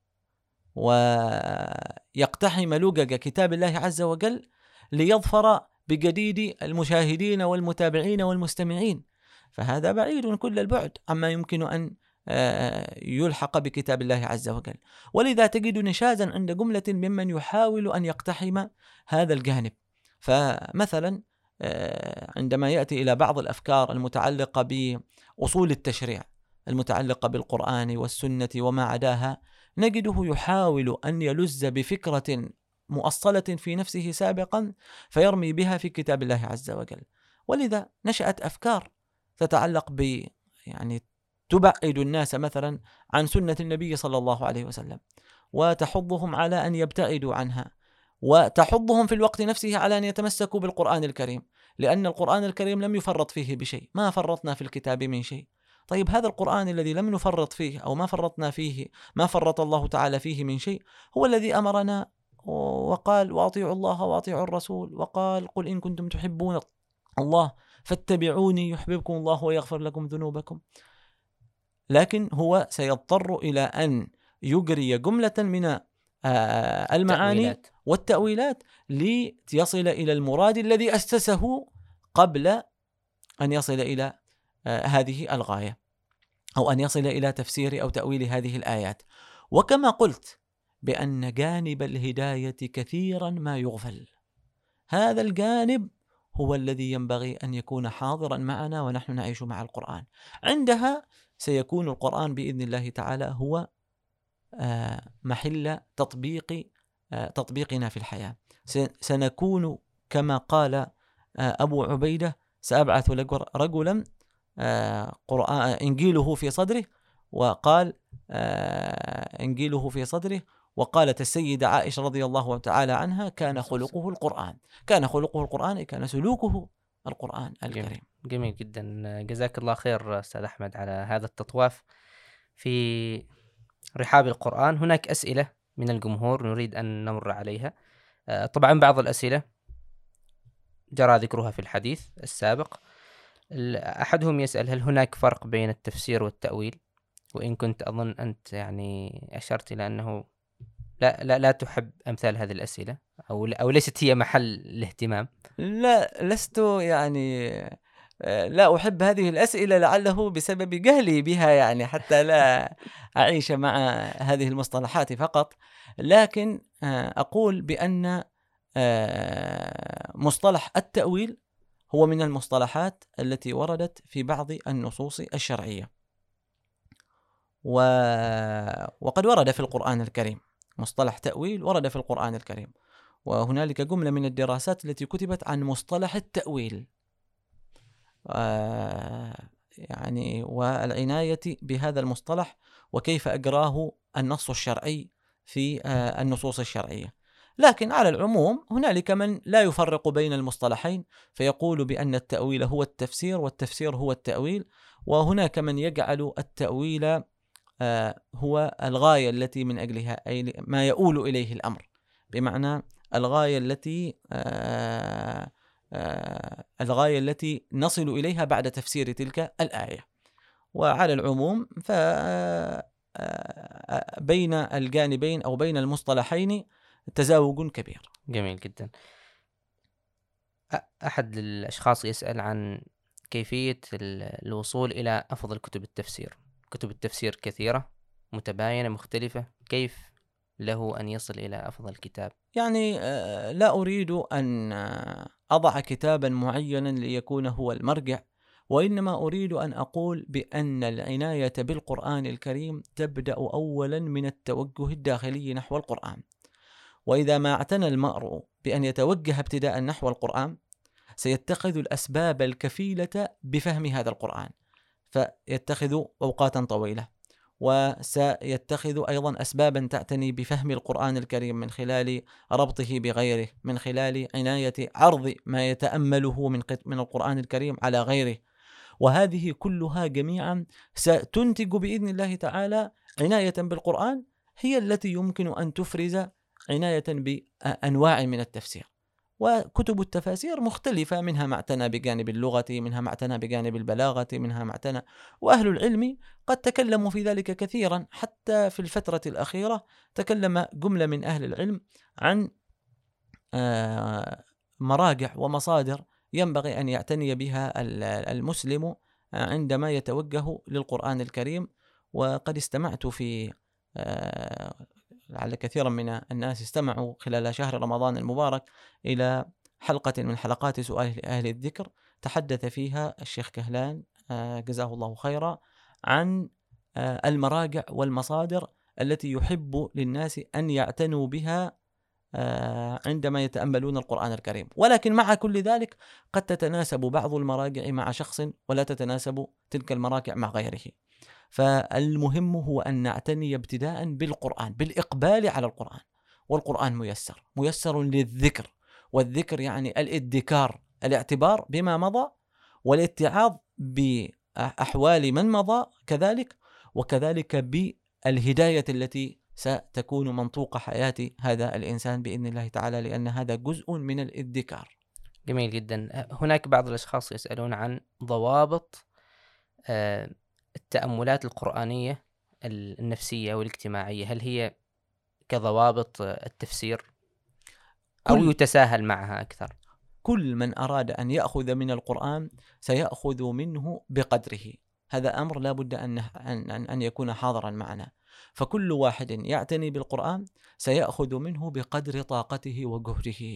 ويقتحم لجج كتاب الله عز وجل ليظفر بجديد المشاهدين والمتابعين والمستمعين، فهذا بعيد كل البعد عما يمكن أن يلحق بكتاب الله عز وجل. ولذا تجد نشازا عند جملة ممن يحاول أن يقتحم هذا الجانب. فمثلا عندما يأتي إلى بعض الأفكار المتعلقة بأصول التشريع المتعلقة بالقرآن والسنة وما عداها، نجده يحاول أن يلز بفكرة مؤصلة في نفسه سابقا فيرمي بها في كتاب الله عز وجل. ولذا نشأت أفكار تتعلق يعني تبعد الناس مثلا عن سنة النبي صلى الله عليه وسلم، وتحضهم على أن يبتعدوا عنها، وتحضهم في الوقت نفسه على أن يتمسكوا بالقرآن الكريم، لأن القرآن الكريم لم يفرط فيه بشيء، ما فرطنا في الكتاب من شيء. طيب هذا القرآن الذي لم نفرط فيه أو ما فرطنا فيه، ما فرط الله تعالى فيه من شيء، هو الذي أمرنا وقال وأطيعوا الله وأطيعوا الرسول، وقال قل إن كنتم تحبون الله فاتبعوني يحببكم الله ويغفر لكم ذنوبكم. لكن هو سيضطر إلى أن يجري جملة من المعاني والتأويلات ليصل إلى المراد الذي أسسه قبل أن يصل إلى هذه الغاية، أو أن يصل إلى تفسير أو تأويل هذه الآيات. وكما قلت بأن جانب الهداية كثيرا ما يغفل، هذا الجانب هو الذي ينبغي أن يكون حاضرا معنا ونحن نعيش مع القرآن. عندها سيكون القرآن بإذن الله تعالى هو محل تطبيقنا في الحياة. سنكون كما قال أبو عبيدة: سأبعث رجلا إنجيله في صدره، وقال إنجيله في صدره، وقالت السيدة عائشة رضي الله تعالى عنها: كان خلقه القرآن. كان خلقه القرآن، كان سلوكه القرآن الكريم. جميل جدا، جزاك الله خير أستاذ أحمد على هذا التطواف في رحاب القرآن. هناك أسئلة من الجمهور نريد أن نمر عليها. طبعا بعض الأسئلة جرى ذكرها في الحديث السابق. أحدهم يسأل: هل هناك فرق بين التفسير والتأويل؟ وإن كنت أظن أنت يعني أشرت إلى أنه لا تحب أمثال هذه الأسئلة، أو ليست هي محل الاهتمام. لا، لست يعني لا أحب هذه الأسئلة، لعله بسبب جهلي بها، يعني حتى لا أعيش مع هذه المصطلحات فقط. لكن أقول بأن مصطلح التأويل هو من المصطلحات التي وردت في بعض النصوص الشرعية، وقد ورد في القرآن الكريم. مصطلح تأويل ورد في القرآن الكريم، وهنالك جملة من الدراسات التي كتبت عن مصطلح التأويل يعني والعناية بهذا المصطلح وكيف أجراه النص الشرعي في النصوص الشرعية. لكن على العموم هنالك من لا يفرق بين المصطلحين، فيقول بأن التأويل هو التفسير والتفسير هو التأويل، وهناك من يجعل التأويل هو الغاية التي من أجلها، أي ما يؤول إليه الأمر، بمعنى الغاية التي نصل إليها بعد تفسير تلك الآية. وعلى العموم بين الجانبين أو بين المصطلحين تزاوج كبير. جميل جدا. أحد الأشخاص يسأل عن كيفية الوصول إلى أفضل كتب التفسير. كتب التفسير كثيرة متباينة مختلفة، كيف له أن يصل إلى أفضل كتاب؟ يعني لا أريد أن أضع كتابا معينا ليكون هو المرجع، وإنما أريد أن أقول بأن العناية بالقرآن الكريم تبدأ أولا من التوجه الداخلي نحو القرآن. وإذا ما اعتنى المرء بأن يتوجه ابتداء نحو القرآن سيتخذ الأسباب الكفيلة بفهم هذا القرآن، فيتخذ أوقاتا طويلة، وسيتخذ أيضا أسبابا تعتني بفهم القرآن الكريم من خلال ربطه بغيره، من خلال عناية عرض ما يتأمله من القرآن الكريم على غيره. وهذه كلها جميعا ستنتج بإذن الله تعالى عناية بالقرآن هي التي يمكن أن تفرز عناية بأنواع من التفسير. وكتب التفاسير مختلفة، منها ما اعتنى بجانب اللغة، منها ما اعتنى بجانب البلاغة، منها ما اعتنى، وأهل العلم قد تكلموا في ذلك كثيرا. حتى في الفترة الأخيرة تكلم جملة من أهل العلم عن مراجع ومصادر ينبغي أن يعتني بها المسلم عندما يتوجه للقرآن الكريم. وقد استمعت في لعل كثيرا من الناس استمعوا خلال شهر رمضان المبارك إلى حلقة من حلقات سؤال أهل الذكر تحدث فيها الشيخ كهلان جزاه الله خيرا عن المراجع والمصادر التي يحب للناس أن يعتنوا بها عندما يتأملون القرآن الكريم. ولكن مع كل ذلك قد تتناسب بعض المراجع مع شخص ولا تتناسب تلك المراجع مع غيره. فالمهم هو أن نعتني ابتداء بالقرآن، بالإقبال على القرآن. والقرآن ميسر للذكر، والذكر يعني الادكار، الاعتبار بما مضى، والاتعاظ بأحوال من مضى كذلك، وكذلك بالهداية التي ستكون منطوق حياة هذا الإنسان بإذن الله تعالى، لأن هذا جزء من الادكار. جميل جدا. هناك بعض الأشخاص يسألون عن ضوابط التأملات القرآنية النفسية والاجتماعية، هل هي كضوابط التفسير أو يتساهل معها أكثر؟ كل من أراد أن يأخذ من القرآن سيأخذ منه بقدره، هذا أمر لا بد أن يكون حاضرا معنا. فكل واحد يعتني بالقرآن سيأخذ منه بقدر طاقته وجهده.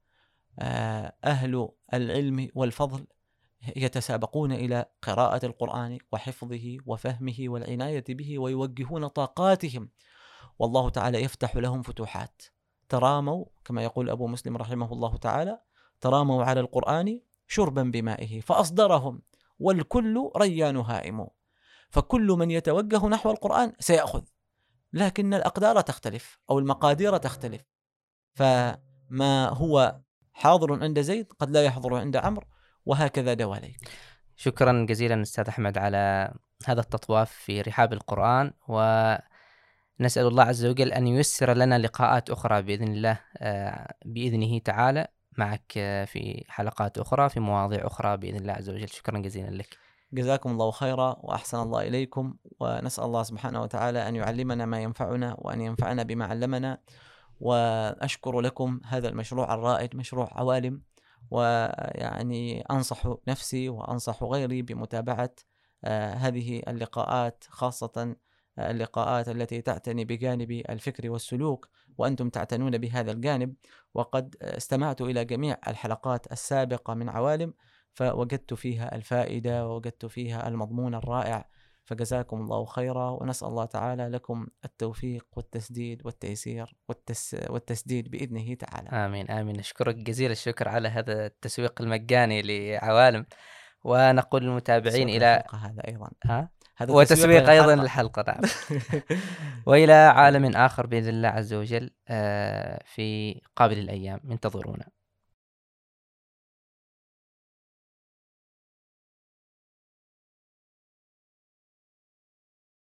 أهل العلم والفضل يتسابقون إلى قراءة القرآن وحفظه وفهمه والعناية به، ويوجهون طاقاتهم، والله تعالى يفتح لهم فتوحات. تراموا كما يقول أبو مسلم رحمه الله تعالى: تراموا على القرآن شربا بمائه فأصدرهم والكل ريان هائم. فكل من يتوجه نحو القرآن سيأخذ، لكن الأقدار تختلف أو المقادير تختلف، فما هو حاضر عند زيد قد لا يحضر عند عمرو، وهكذا دواليك. شكرا جزيلا أستاذ أحمد على هذا التطواف في رحاب القرآن، ونسأل الله عز وجل أن ييسر لنا لقاءات أخرى بإذن الله بإذنه تعالى معك في حلقات أخرى في مواضيع أخرى بإذن الله عز وجل. شكرا جزيلا لك. جزاكم الله خيرا وأحسن الله إليكم، ونسأل الله سبحانه وتعالى أن يعلمنا ما ينفعنا وأن ينفعنا بما علمنا. وأشكر لكم هذا المشروع الرائد، مشروع عوالم، ويعني أنصح نفسي وأنصح غيري بمتابعة هذه اللقاءات، خاصة اللقاءات التي تعتني بجانب الفكر والسلوك، وأنتم تعتنون بهذا الجانب. وقد استمعت إلى جميع الحلقات السابقة من عوالم، فوجدت فيها الفائدة ووجدت فيها المضمون الرائع، فجزاكم الله خيرا، ونسأل الله تعالى لكم التوفيق والتسديد والتيسير والتسديد بإذنه تعالى. آمين آمين. أشكرك جزيل الشكر على هذا التسويق المجاني لعوالم، ونقول للمتابعين إلى هذا أيضا هذا وتسويق أيضا للحلقة. نعم. وإلى عالم آخر بإذن الله عز وجل في قابل الأيام، انتظرونا.